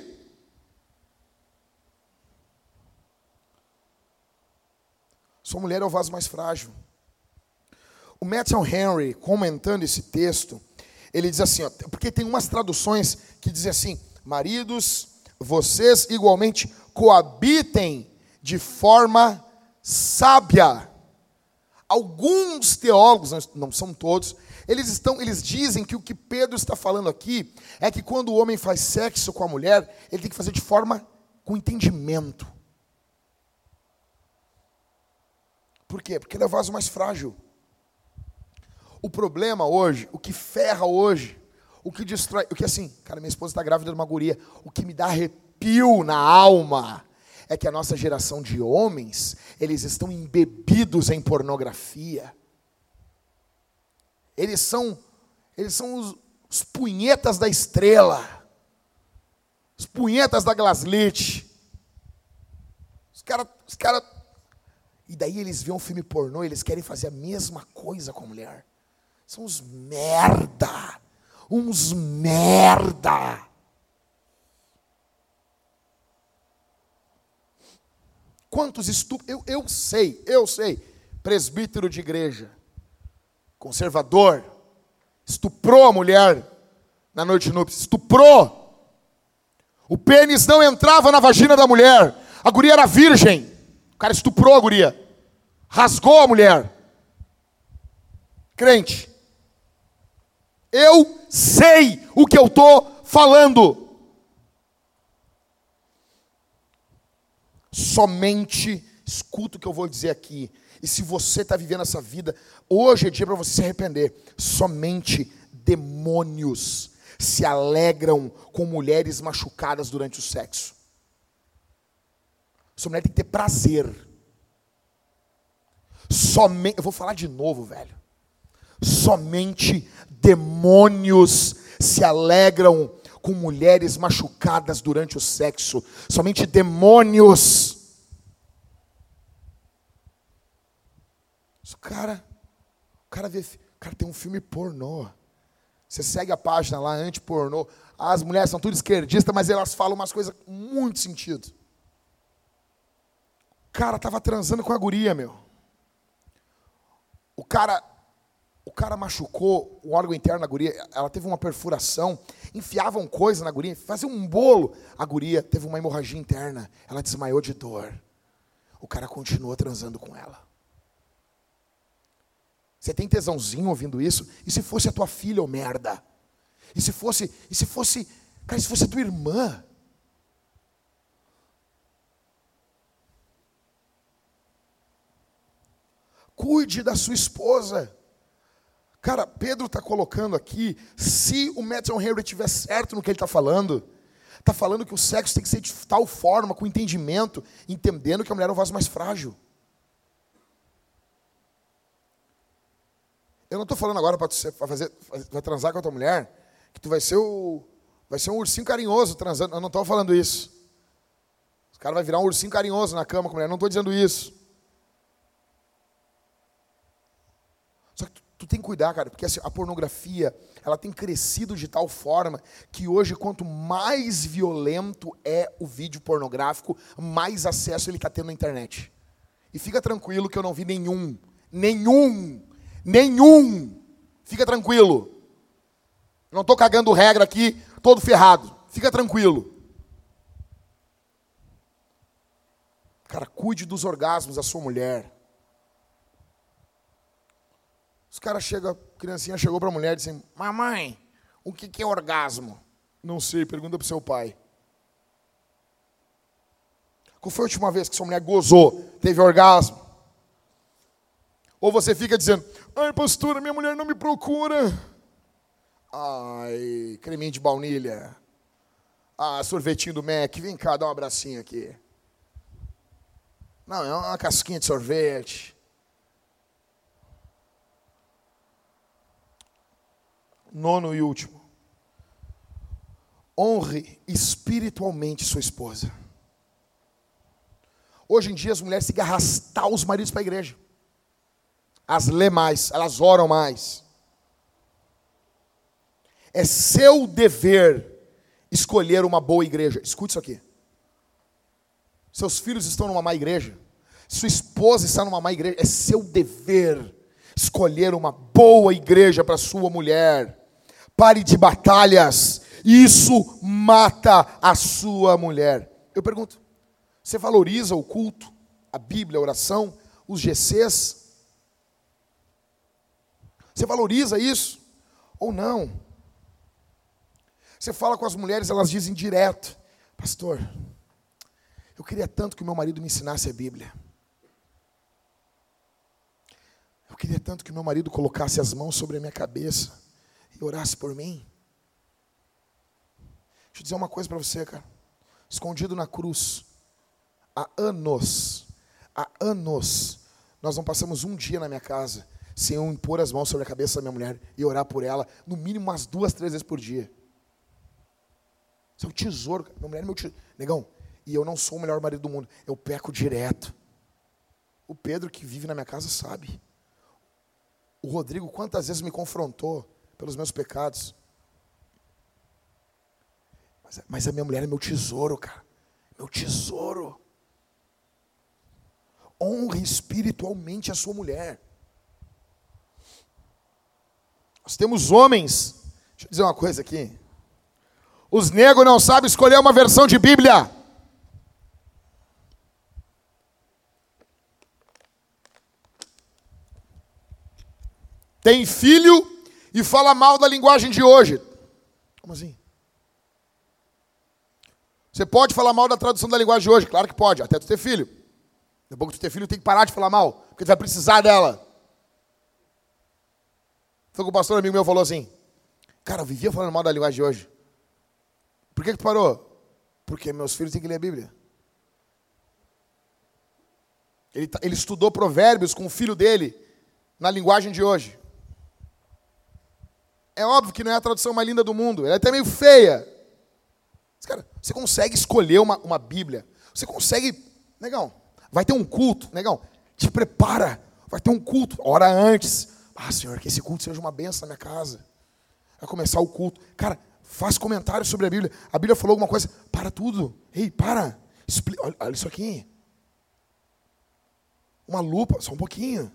Sua mulher é o vaso mais frágil. O Matthew Henry, comentando esse texto, ele diz assim, ó, porque tem umas traduções que dizem assim, maridos, vocês igualmente coabitem de forma sábia. Alguns teólogos, não são todos, eles dizem que o que Pedro está falando aqui é que quando o homem faz sexo com a mulher, ele tem que fazer de forma com entendimento. Por quê? Porque ele é o vaso mais frágil. O problema hoje, o que ferra hoje, o que destrói, o que assim, cara, minha esposa está grávida de uma guria, o que me dá arrepio na alma é que a nossa geração de homens, eles estão embebidos em pornografia. Eles são os punhetas da Estrela, os punhetas da Glaslit. Os caras, e daí eles veem um filme pornô, eles querem fazer a mesma coisa com a mulher. São uns merda. Quantos estupros, eu sei, presbítero de igreja, conservador, estuprou a mulher na noite de núpcias, estuprou. O pênis não entrava na vagina da mulher, a guria era virgem, o cara estuprou a guria, rasgou a mulher. Crente, eu sei o que eu estou falando. Somente, escuta o que eu vou dizer aqui, e se você está vivendo essa vida, hoje é dia para você se arrepender. Somente demônios se alegram com mulheres machucadas durante o sexo. Sua mulher tem que ter prazer. Eu vou falar de novo, velho. Somente demônios se alegram com mulheres machucadas durante o sexo. Somente demônios. O cara tem um filme pornô. Você segue a página lá, anti-pornô. As mulheres são tudo esquerdistas, mas elas falam umas coisas com muito sentido. O cara estava transando com a guria, meu. O cara machucou o órgão interno da guria. Ela teve uma perfuração. Enfiavam coisa na guria, faziam um bolo. A guria teve uma hemorragia interna. Ela desmaiou de dor. O cara continuou transando com ela. Você tem tesãozinho ouvindo isso? E se fosse a tua filha, ô merda? E se fosse a tua irmã? Cuide da sua esposa. Cara, Pedro está colocando aqui, se o Matthew Henry estiver certo no que ele está falando que o sexo tem que ser de tal forma, com entendimento, entendendo que a mulher é um vaso mais frágil. Eu não estou falando agora para você vai transar com a tua mulher, que tu vai ser um ursinho carinhoso transando. Eu não estou falando isso. O cara vai virar um ursinho carinhoso na cama com a mulher. Não estou dizendo isso. Só que tu tem que cuidar, cara, porque assim, a pornografia, ela tem crescido de tal forma que hoje, quanto mais violento é o vídeo pornográfico, mais acesso ele está tendo na internet. E fica tranquilo que eu não vi nenhum. Fica tranquilo. Eu não estou cagando regra aqui, todo ferrado. Fica tranquilo. Cara, cuide dos orgasmos da sua mulher. Os caras chegam, a criancinha chegou para a mulher e disse: mamãe, o que é orgasmo? Não sei, pergunta para o seu pai. Qual foi a última vez que sua mulher gozou, teve orgasmo? Ou você fica dizendo: ai, pastora, minha mulher não me procura. Ai, creminho de baunilha. Ah, sorvetinho do Mac, vem cá, dá um abracinho aqui. Não, é uma casquinha de sorvete. Nono e último. Honre espiritualmente sua esposa. Hoje em dia as mulheres têm que arrastar os maridos para a igreja. Elas lê mais, elas oram mais. É seu dever escolher uma boa igreja. Escute isso aqui. Seus filhos estão numa má igreja. Sua esposa está numa má igreja. É seu dever escolher uma boa igreja para sua mulher. Pare de batalhas. Isso mata a sua mulher. Eu pergunto, você valoriza o culto, a Bíblia, a oração, os GCs? Você valoriza isso? Ou não? Você fala com as mulheres, elas dizem direto: pastor, eu queria tanto que o meu marido me ensinasse a Bíblia. Eu queria tanto que o meu marido colocasse as mãos sobre a minha cabeça e orasse por mim. Deixa eu dizer uma coisa para você, cara. Escondido na cruz, há anos, nós não passamos um dia na minha casa sem eu impor as mãos sobre a cabeça da minha mulher e orar por ela, no mínimo umas 2, 3 vezes por dia. Isso é um tesouro, cara. Minha mulher é meu tesouro. Negão, e eu não sou o melhor marido do mundo, eu peco direto. O Pedro, que vive na minha casa, sabe. O Rodrigo, quantas vezes me confrontou pelos meus pecados. Mas a minha mulher é meu tesouro, cara. Meu tesouro. Honre espiritualmente a sua mulher. Nós temos homens. Deixa eu dizer uma coisa aqui. Os negros não sabem escolher uma versão de Bíblia. Tem filho e fala mal da linguagem de hoje. Como assim? Você pode falar mal da tradução da linguagem de hoje? Claro que pode, até tu ter filho. Depois que tu ter filho, tem que parar de falar mal, porque tu vai precisar dela. Foi que o pastor amigo meu falou assim: cara, eu vivia falando mal da linguagem de hoje. Por que tu parou? Porque meus filhos têm que ler a Bíblia. Ele estudou Provérbios com o filho dele na linguagem de hoje. É óbvio que não é a tradução mais linda do mundo. Ela é até meio feia. Mas, cara, você consegue escolher uma Bíblia. Você consegue... Negão, vai ter um culto. Negão, te prepara. vai ter um culto, ora antes. Senhor, que esse culto seja uma bênção na minha casa. Vai começar o culto. Cara, faz comentários sobre a Bíblia. A Bíblia falou alguma coisa, para tudo. Ei, para. Olha isso aqui. Uma lupa, só um pouquinho.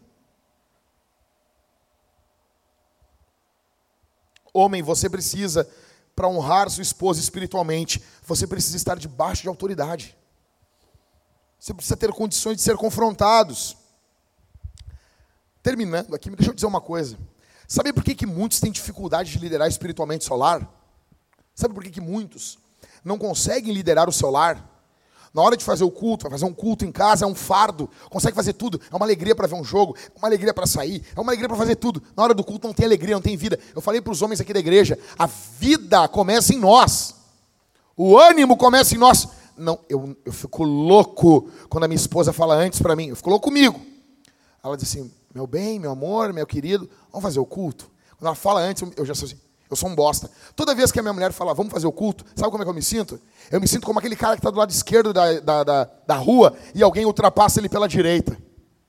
Homem, você precisa, para honrar sua esposa espiritualmente, você precisa estar debaixo de autoridade. Você precisa ter condições de ser confrontados. Terminando aqui, deixa eu dizer uma coisa. Sabe por que muitos têm dificuldade de liderar espiritualmente seu lar? Sabe por que muitos não conseguem liderar o seu lar? Na hora de fazer o culto, vai fazer um culto em casa, é um fardo. Consegue fazer tudo. É uma alegria para ver um jogo, é uma alegria para sair, é uma alegria para fazer tudo. Na hora do culto não tem alegria, não tem vida. Eu falei para os homens aqui da igreja, a vida começa em nós. O ânimo começa em nós. Não, eu fico louco quando a minha esposa fala antes para mim. Eu fico louco comigo. Ela diz assim, meu bem, meu amor, meu querido, vamos fazer o culto? Quando ela fala antes, eu já sou assim. Eu sou um bosta. Toda vez que a minha mulher fala, vamos fazer o culto, sabe como é que eu me sinto? Eu me sinto como aquele cara que está do lado esquerdo da rua e alguém ultrapassa ele pela direita.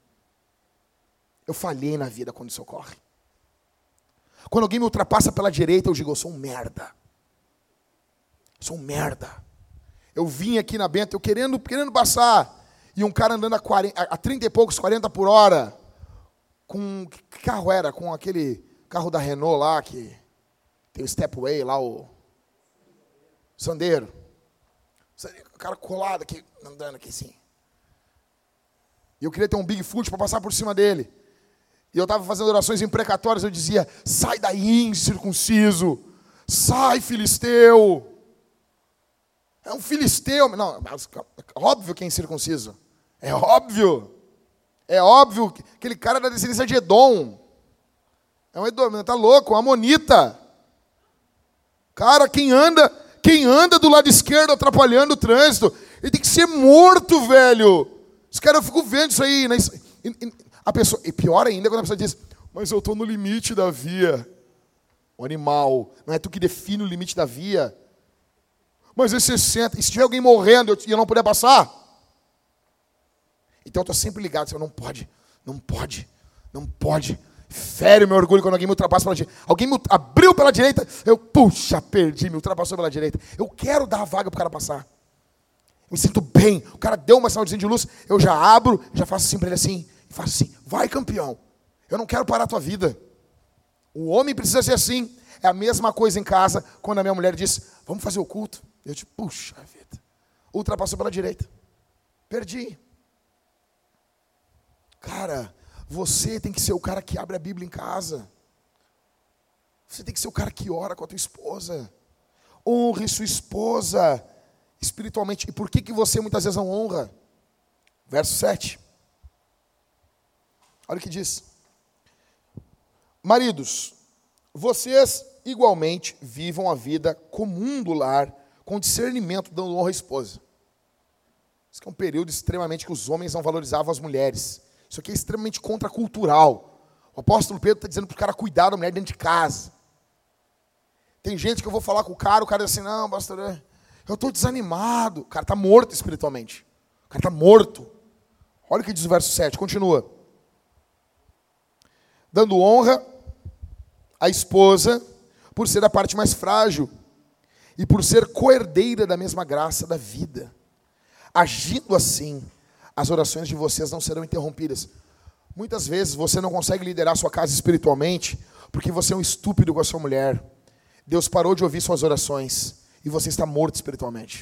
Eu falhei na vida quando isso ocorre. Quando alguém me ultrapassa pela direita, eu digo, eu sou um merda. Eu sou um merda. Eu vim aqui na Bento, eu querendo passar, e um cara andando a 30 e poucos, 40 por hora, com, que carro era? Com aquele carro da Renault lá, que tem o Stepway lá, o Sandero. O cara colado aqui, andando aqui assim. E eu queria ter um Bigfoot para passar por cima dele. E eu estava fazendo orações imprecatórias, eu dizia, sai daí, incircunciso. Sai, filisteu. É um filisteu. Não, óbvio que é incircunciso. É óbvio. É óbvio que aquele cara é da descendência de Edom. É um Edom, tá louco, uma amonita. Cara, quem anda do lado esquerdo atrapalhando o trânsito, ele tem que ser morto, velho. Os caras, eu fico vendo isso aí. Né? A pessoa, e pior ainda quando a pessoa diz, mas eu estou no limite da via. O animal, não é tu que define o limite da via. Mas é 60, e se tiver alguém morrendo e eu não puder passar? Então eu estou sempre ligado, não pode. Fere o meu orgulho quando alguém me ultrapassa pela direita. Alguém me abriu pela direita, eu, puxa, perdi, me ultrapassou pela direita. Eu quero dar a vaga para o cara passar. Eu me sinto bem. O cara deu uma sinalzinha de luz, eu já abro, já faço assim para ele assim, e faço assim, vai campeão. Eu não quero parar a tua vida. O homem precisa ser assim. É a mesma coisa em casa, quando a minha mulher diz, vamos fazer o culto. Eu digo, puxa vida. Ultrapassou pela direita. Perdi. Cara, você tem que ser o cara que abre a Bíblia em casa. Você tem que ser o cara que ora com a tua esposa. Honre sua esposa espiritualmente. E por que você muitas vezes não honra? Verso 7. Olha o que diz. Maridos, vocês igualmente vivam a vida comum do lar, com discernimento, dando honra à esposa. Isso é um período extremamente que os homens não valorizavam as mulheres. Isso aqui é extremamente contracultural. O apóstolo Pedro está dizendo para o cara cuidar da mulher dentro de casa. Tem gente que eu vou falar com o cara diz assim, não, pastor, eu estou desanimado. O cara está morto espiritualmente. O cara está morto. Olha o que diz o verso 7, continua. Dando honra à esposa, por ser a parte mais frágil, e por ser coerdeira da mesma graça da vida. Agindo assim, as orações de vocês não serão interrompidas. Muitas vezes você não consegue liderar sua casa espiritualmente porque você é um estúpido com a sua mulher. Deus parou de ouvir suas orações e você está morto espiritualmente.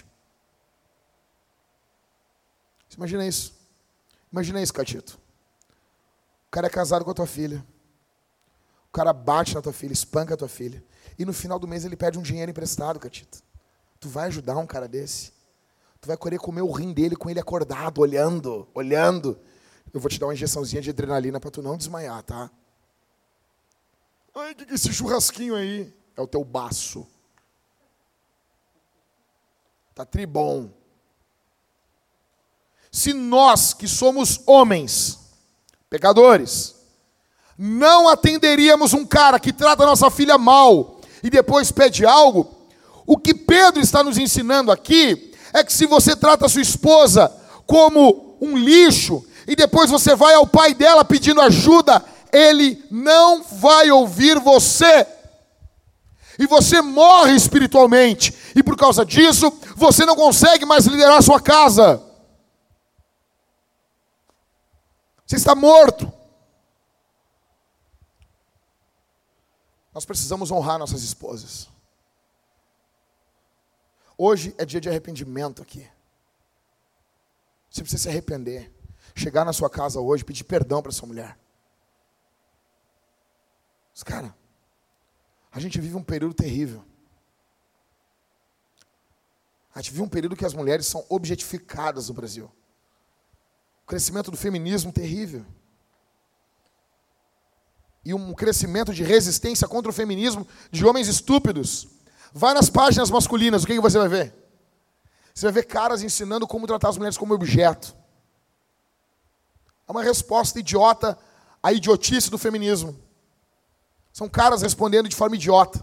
Você imagina isso? Imagina isso, Catito. O cara é casado com a tua filha. O cara bate na tua filha, espanca a tua filha. E no final do mês ele pede um dinheiro emprestado, Catito. Tu vai ajudar um cara desse? Tu vai querer comer o rim dele com ele acordado, olhando. Eu vou te dar uma injeçãozinha de adrenalina para tu não desmaiar, tá? Ai, que esse churrasquinho aí? É o teu baço. Tá tribom. Se nós, que somos homens, pecadores, não atenderíamos um cara que trata a nossa filha mal e depois pede algo, o que Pedro está nos ensinando aqui é que se você trata a sua esposa como um lixo, e depois você vai ao pai dela pedindo ajuda, ele não vai ouvir você. E você morre espiritualmente. E por causa disso, você não consegue mais liderar a sua casa. Você está morto. Nós precisamos honrar nossas esposas. Hoje é dia de arrependimento aqui. Você precisa se arrepender. Chegar na sua casa hoje, pedir perdão para sua mulher. Mas, cara, a gente vive um período terrível. A gente vive um período que as mulheres são objetificadas no Brasil. O crescimento do feminismo terrível. E um crescimento de resistência contra o feminismo de homens estúpidos. Vai nas páginas masculinas, o que você vai ver? Você vai ver caras ensinando como tratar as mulheres como objeto. É uma resposta idiota à idiotice do feminismo. São caras respondendo de forma idiota.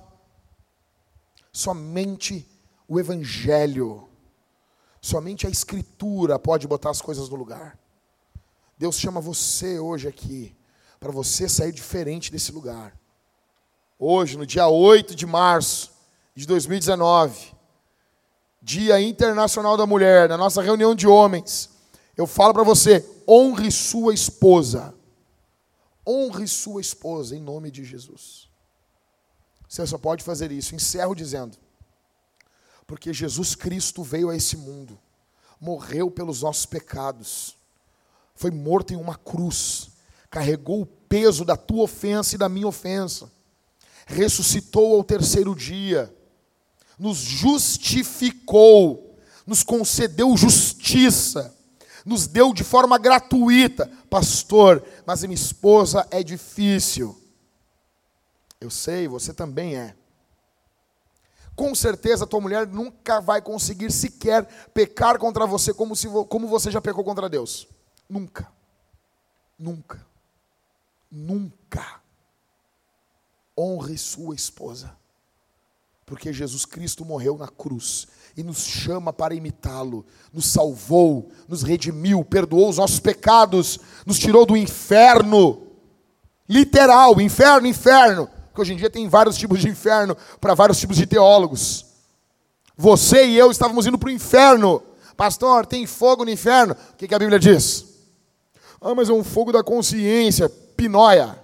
Somente o Evangelho, somente a Escritura pode botar as coisas no lugar. Deus chama você hoje aqui, para você sair diferente desse lugar. Hoje, no dia 8 de março de 2019, Dia Internacional da Mulher, na nossa reunião de homens, eu falo para você, honre sua esposa. Honre sua esposa, em nome de Jesus. Você só pode fazer isso. Encerro dizendo, porque Jesus Cristo veio a esse mundo, morreu pelos nossos pecados, foi morto em uma cruz, carregou o peso da tua ofensa e da minha ofensa, ressuscitou ao terceiro dia, nos justificou, nos concedeu justiça, nos deu de forma gratuita. Pastor, mas a minha esposa é difícil. Eu sei, você também é. Com certeza a tua mulher nunca vai conseguir sequer pecar contra você como você já pecou contra Deus. Nunca. Nunca. Nunca. Honre sua esposa. Porque Jesus Cristo morreu na cruz e nos chama para imitá-lo, nos salvou, nos redimiu, perdoou os nossos pecados, nos tirou do inferno, literal, inferno, porque hoje em dia tem vários tipos de inferno para vários tipos de teólogos. Você e eu estávamos indo para o inferno. Pastor, tem fogo no inferno? O que a Bíblia diz? Ah, mas é um fogo da consciência, pinóia.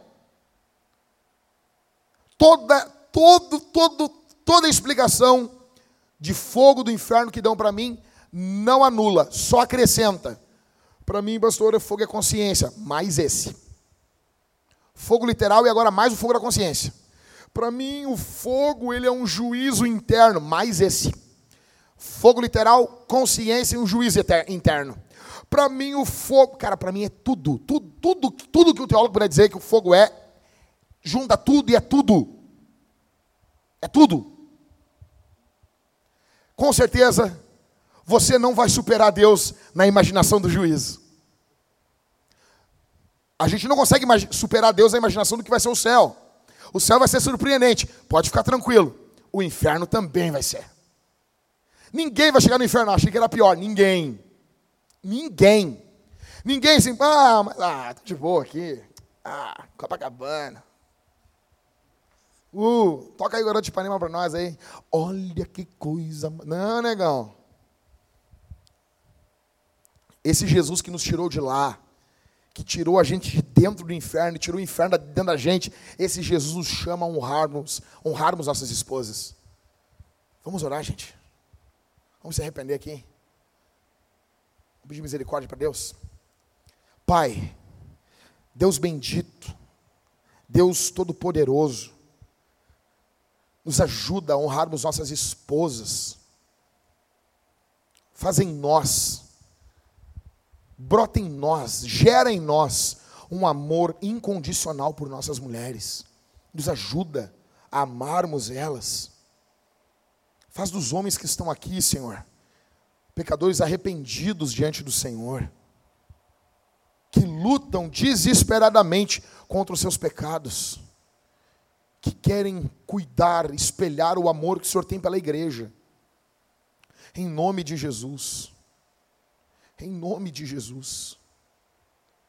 Toda a explicação de fogo do inferno que dão para mim, não anula, só acrescenta. Para mim, pastor, fogo é consciência, mais esse. Fogo literal e agora mais o fogo da consciência. Para mim, o fogo, ele é um juízo interno, mais esse. Fogo literal, consciência e um juízo interno. Para mim, o fogo, cara, para mim é tudo que o teólogo puder dizer que o fogo é, junta tudo e é tudo. É tudo. Com certeza, você não vai superar Deus na imaginação do juízo. A gente não consegue superar Deus na imaginação do que vai ser o céu. O céu vai ser surpreendente. Pode ficar tranquilo. O inferno também vai ser. Ninguém vai chegar no inferno. Achei que era pior. Ninguém assim, tá de boa aqui. Copacabana. Toca aí o Garoto de Ipanema pra nós aí. Olha que coisa. Não, negão. Esse Jesus que nos tirou de lá, que tirou a gente de dentro do inferno, tirou o inferno de dentro da gente, esse Jesus nos chama a honrarmos nossas esposas. Vamos orar, gente. Vamos se arrepender aqui. Vamos pedir misericórdia para Deus. Pai, Deus bendito, Deus todo-poderoso, nos ajuda a honrarmos nossas esposas. Faz em nós, brota em nós, gera em nós um amor incondicional por nossas mulheres. Nos ajuda a amarmos elas. Faz dos homens que estão aqui, Senhor, pecadores arrependidos diante do Senhor, que lutam desesperadamente contra os seus pecados, que querem cuidar, espelhar o amor que o Senhor tem pela igreja. Em nome de Jesus. Em nome de Jesus.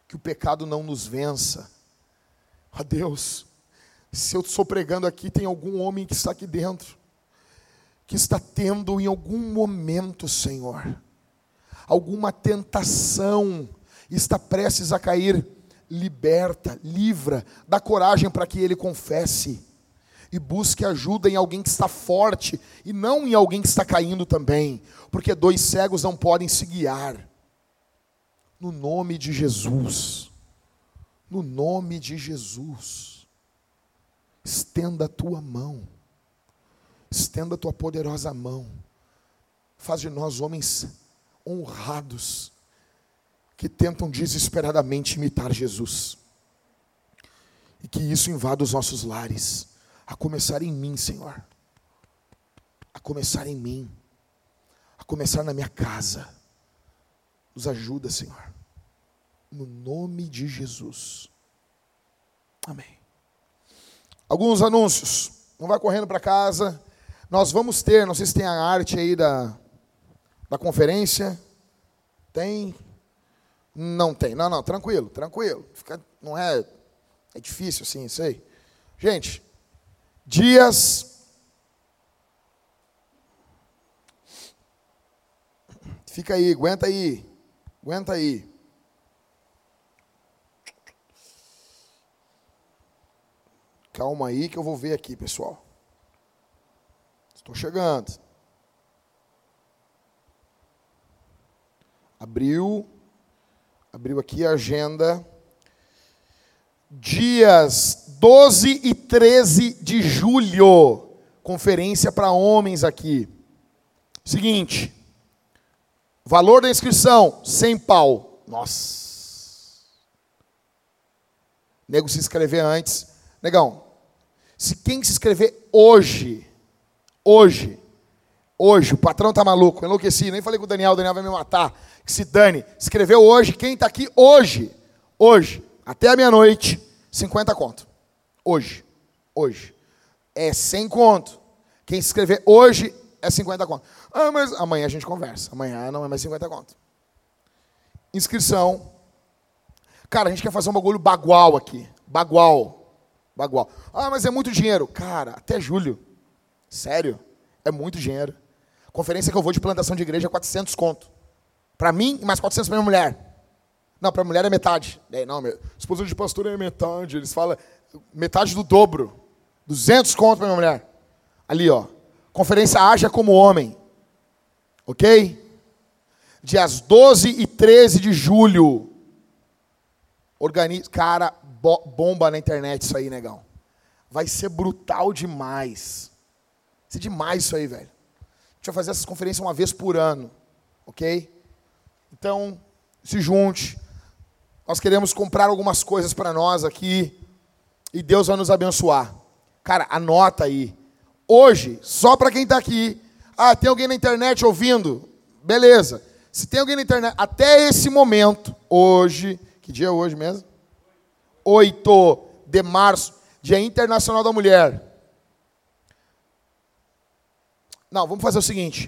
que o pecado não nos vença. Ó Deus, se eu estou pregando aqui, tem algum homem que está aqui dentro, que está tendo em algum momento, Senhor, alguma tentação, está prestes a cair, liberta, livra, dá coragem para que ele confesse, e busque ajuda em alguém que está forte, e não em alguém que está caindo também, porque dois cegos não podem se guiar. No nome de Jesus, no nome de Jesus, estenda a tua mão, estenda a tua poderosa mão, faz de nós homens honrados, que tentam desesperadamente imitar Jesus, e que isso invada os nossos lares, a começar em mim, Senhor, a começar em mim, a começar na minha casa. Nos ajuda, Senhor, no nome de Jesus, amém. Alguns anúncios, não vai correndo para casa, nós vamos ter, não sei se tem a arte aí da conferência, tem? Não tem, não, tranquilo, não é difícil assim, isso aí. Gente, fica aí, aguenta aí. Calma aí que eu vou ver aqui, pessoal. Estou chegando. Abriu aqui a agenda. Dias 12 e 13 de julho. Conferência para homens aqui. Seguinte. Valor da inscrição, 100 pau. Nossa. Nego se inscrever antes. Negão, se quem se inscrever hoje, o patrão tá maluco, enlouqueci, nem falei com o Daniel vai me matar, que se dane. Escreveu hoje, quem tá aqui hoje, até a meia-noite, 50 conto. Hoje. É 100 conto. Quem se inscrever hoje é 50 conto. Ah, mas amanhã a gente conversa. Amanhã não é mais 50 conto. Inscrição. Cara, a gente quer fazer um bagulho bagual aqui. Bagual. Ah, mas é muito dinheiro. Cara, até julho. Sério? É muito dinheiro. Conferência que eu vou de plantação de igreja é 400 conto. Para mim, e mais 400 para minha mulher. Não, para a mulher é metade. Não, esposa de pastor é metade. Eles falam metade do dobro. 200 conto para minha mulher. Ali, ó. Conferência Haja como Homem. Ok? Dias 12 e 13 de julho. Organiza. Cara, bomba na internet isso aí, negão. Vai ser brutal demais. Vai ser demais isso aí, velho. A gente vai fazer essas conferências uma vez por ano. Ok? Então, se junte. Nós queremos comprar algumas coisas para nós aqui. E Deus vai nos abençoar. Cara, anota aí. Hoje, só para quem está aqui. Ah, tem alguém na internet ouvindo? Beleza. Se tem alguém na internet, até esse momento, hoje, que dia é hoje mesmo? 8 de março, Dia Internacional da Mulher. Não, vamos fazer o seguinte.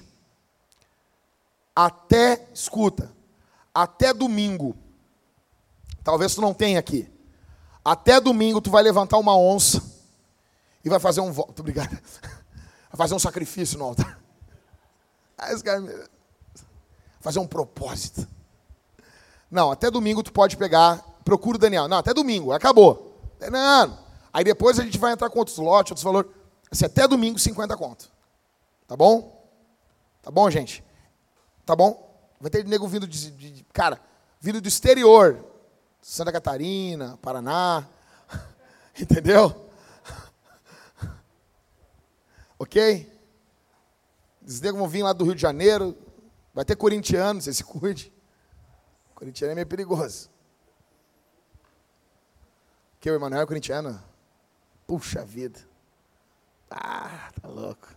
Escuta, até domingo, talvez tu não tenha aqui, até domingo tu vai levantar uma onça e vai fazer voto, obrigado, vai fazer um sacrifício no altar. Aí fazer um propósito. Não, até domingo tu pode pegar, procura o Daniel. Não, até domingo, acabou. Não. Aí depois a gente vai entrar com outros lotes, outros valores. Assim, até domingo, 50 conto. Tá bom? Tá bom, gente? Tá bom? Vai ter nego vindo vindo do exterior. Santa Catarina, Paraná. Entendeu? Ok? Os negros vão vir lá do Rio de Janeiro. Vai ter corintiano, você se cuide. Corintiano é meio perigoso. Que o Emanuel é corintiano? Puxa vida. Ah, tá louco.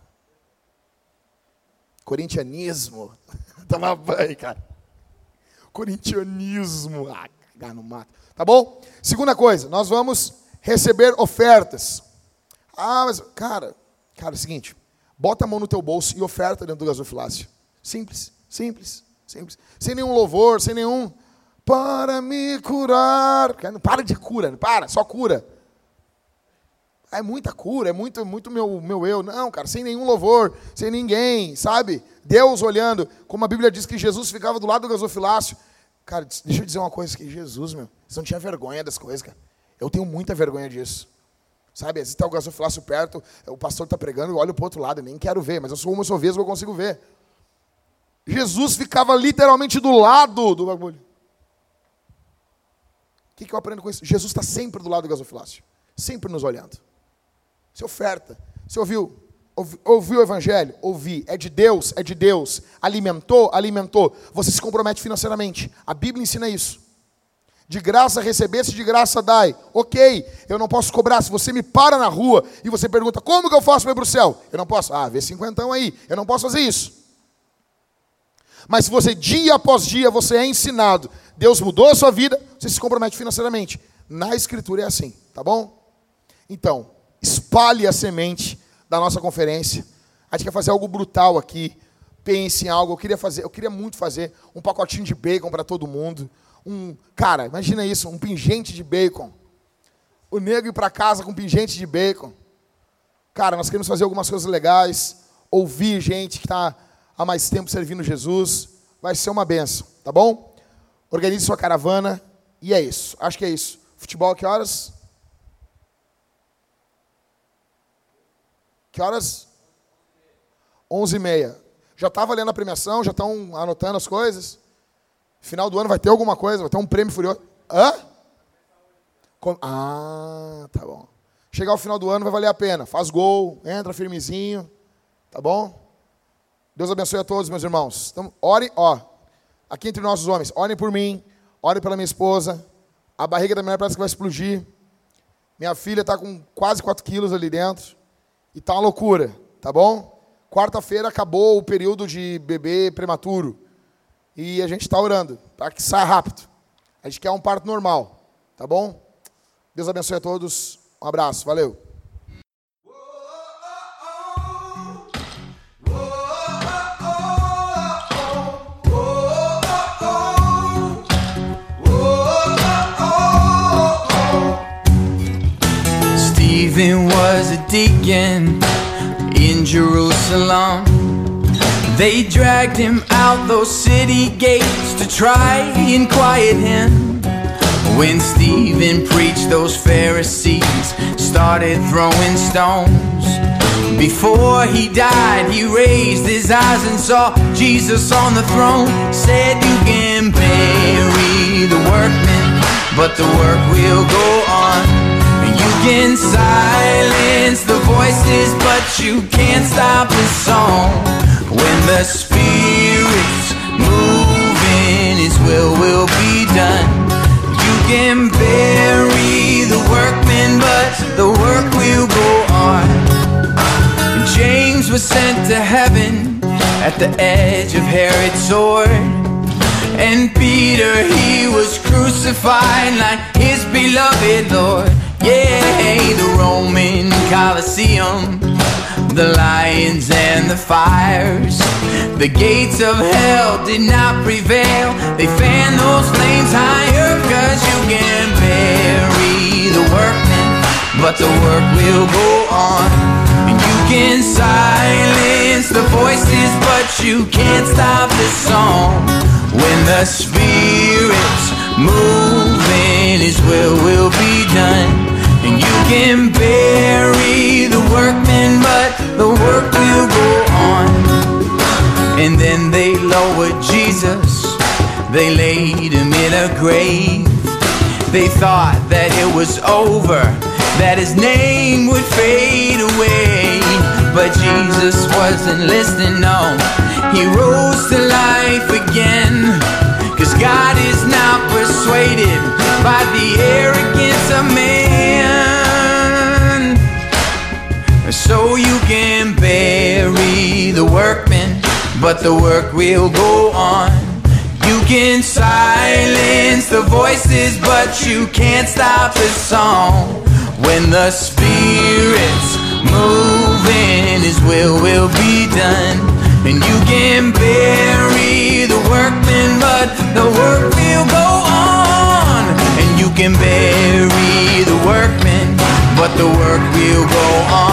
Corintianismo. Toma banho, cara. Corintianismo. Ah, cagar no mato. Tá bom? Segunda coisa, nós vamos receber ofertas. Ah, mas, cara, é o seguinte. Bota a mão no teu bolso e oferta dentro do gasofilácio. Simples. Sem nenhum louvor, sem nenhum... para me curar. Não para de cura, não para, só cura. É muita cura, é muito meu eu. Não, cara, sem nenhum louvor, sem ninguém, sabe? Deus olhando, como a Bíblia diz que Jesus ficava do lado do gasofilácio. Cara, deixa eu dizer uma coisa aqui, Jesus, você não tinha vergonha das coisas, cara. Eu tenho muita vergonha disso. Sabe, às vezes está o gasofilácio perto, o pastor está pregando, eu olho para o outro lado, eu nem quero ver, mas eu sou vesgo, eu consigo ver. Jesus ficava literalmente do lado do bagulho. O que eu aprendo com isso? Jesus está sempre do lado do gasofilácio, sempre nos olhando. Você oferta, você ouviu o evangelho? Ouvi, é de Deus, alimentou, você se compromete financeiramente, a Bíblia ensina isso. De graça recebesse, de graça dai. Ok, eu não posso cobrar. Se você me para na rua e você pergunta, como que eu faço para ir para o céu? Eu não posso. Vê 50 aí. Eu não posso fazer isso. Mas se você, dia após dia, você é ensinado, Deus mudou a sua vida, você se compromete financeiramente. Na Escritura é assim, tá bom? Então, espalhe a semente da nossa conferência. A gente quer fazer algo brutal aqui. Pense em algo. Eu queria muito fazer um pacotinho de bacon para todo mundo. Cara, imagina isso, um pingente de bacon. O nego ir para casa com pingente de bacon. Cara, nós queremos fazer algumas coisas legais. Ouvir gente que está há mais tempo servindo Jesus. Vai ser uma benção, tá bom? Organize sua caravana. E é isso, acho que é isso. Futebol, que horas? Que horas? 11h30. Já está valendo a premiação? Já estão anotando as coisas? Final do ano vai ter alguma coisa? Vai ter um prêmio furioso? Hã? Tá bom. Chegar ao final do ano vai valer a pena. Faz gol, entra firmezinho. Tá bom? Deus abençoe a todos, meus irmãos. Então, orem, aqui entre nós os homens, orem por mim, orem pela minha esposa. A barriga da mulher parece que vai explodir. Minha filha está com quase 4 quilos ali dentro. E tá uma loucura, tá bom? Quarta-feira acabou o período de bebê prematuro. E a gente está orando para que saia rápido. A gente quer um parto normal, tá bom? Deus abençoe a todos. Um abraço, valeu. Stephen was a deacon in Jerusalem. They dragged him out those city gates to try and quiet him. When Stephen preached, those Pharisees started throwing stones. Before he died, he raised his eyes and saw Jesus on the throne. Said, you can bury the workmen, but the work will go on. You can silence the voices, but you can't stop the song. When the Spirit's moving, His will be done. You can bury the workmen, but the work will go on. And James was sent to heaven at the edge of Herod's sword. And Peter, he was crucified like his beloved Lord. Yeah, the Roman Colosseum, the lions and the fires. The gates of hell did not prevail. They fanned those flames higher. Cause you can bury the workmen, but the work will go on. And you can silence the voices, but you can't stop the song. When the Spirit's moving, His will be done. And you can bury the workmen, but the work will go on. And then they lowered Jesus, they laid Him in a grave. They thought that it was over, that His name would fade away. But Jesus wasn't listening, no. He rose to life again. Cause God is not persuaded by the arrogance of man. So you can bury the workmen, but the work will go on. You can silence the voices, but you can't stop the song. When the Spirit's moving, His will be done. And you can bury the workmen, but the work will go on. the work will go on.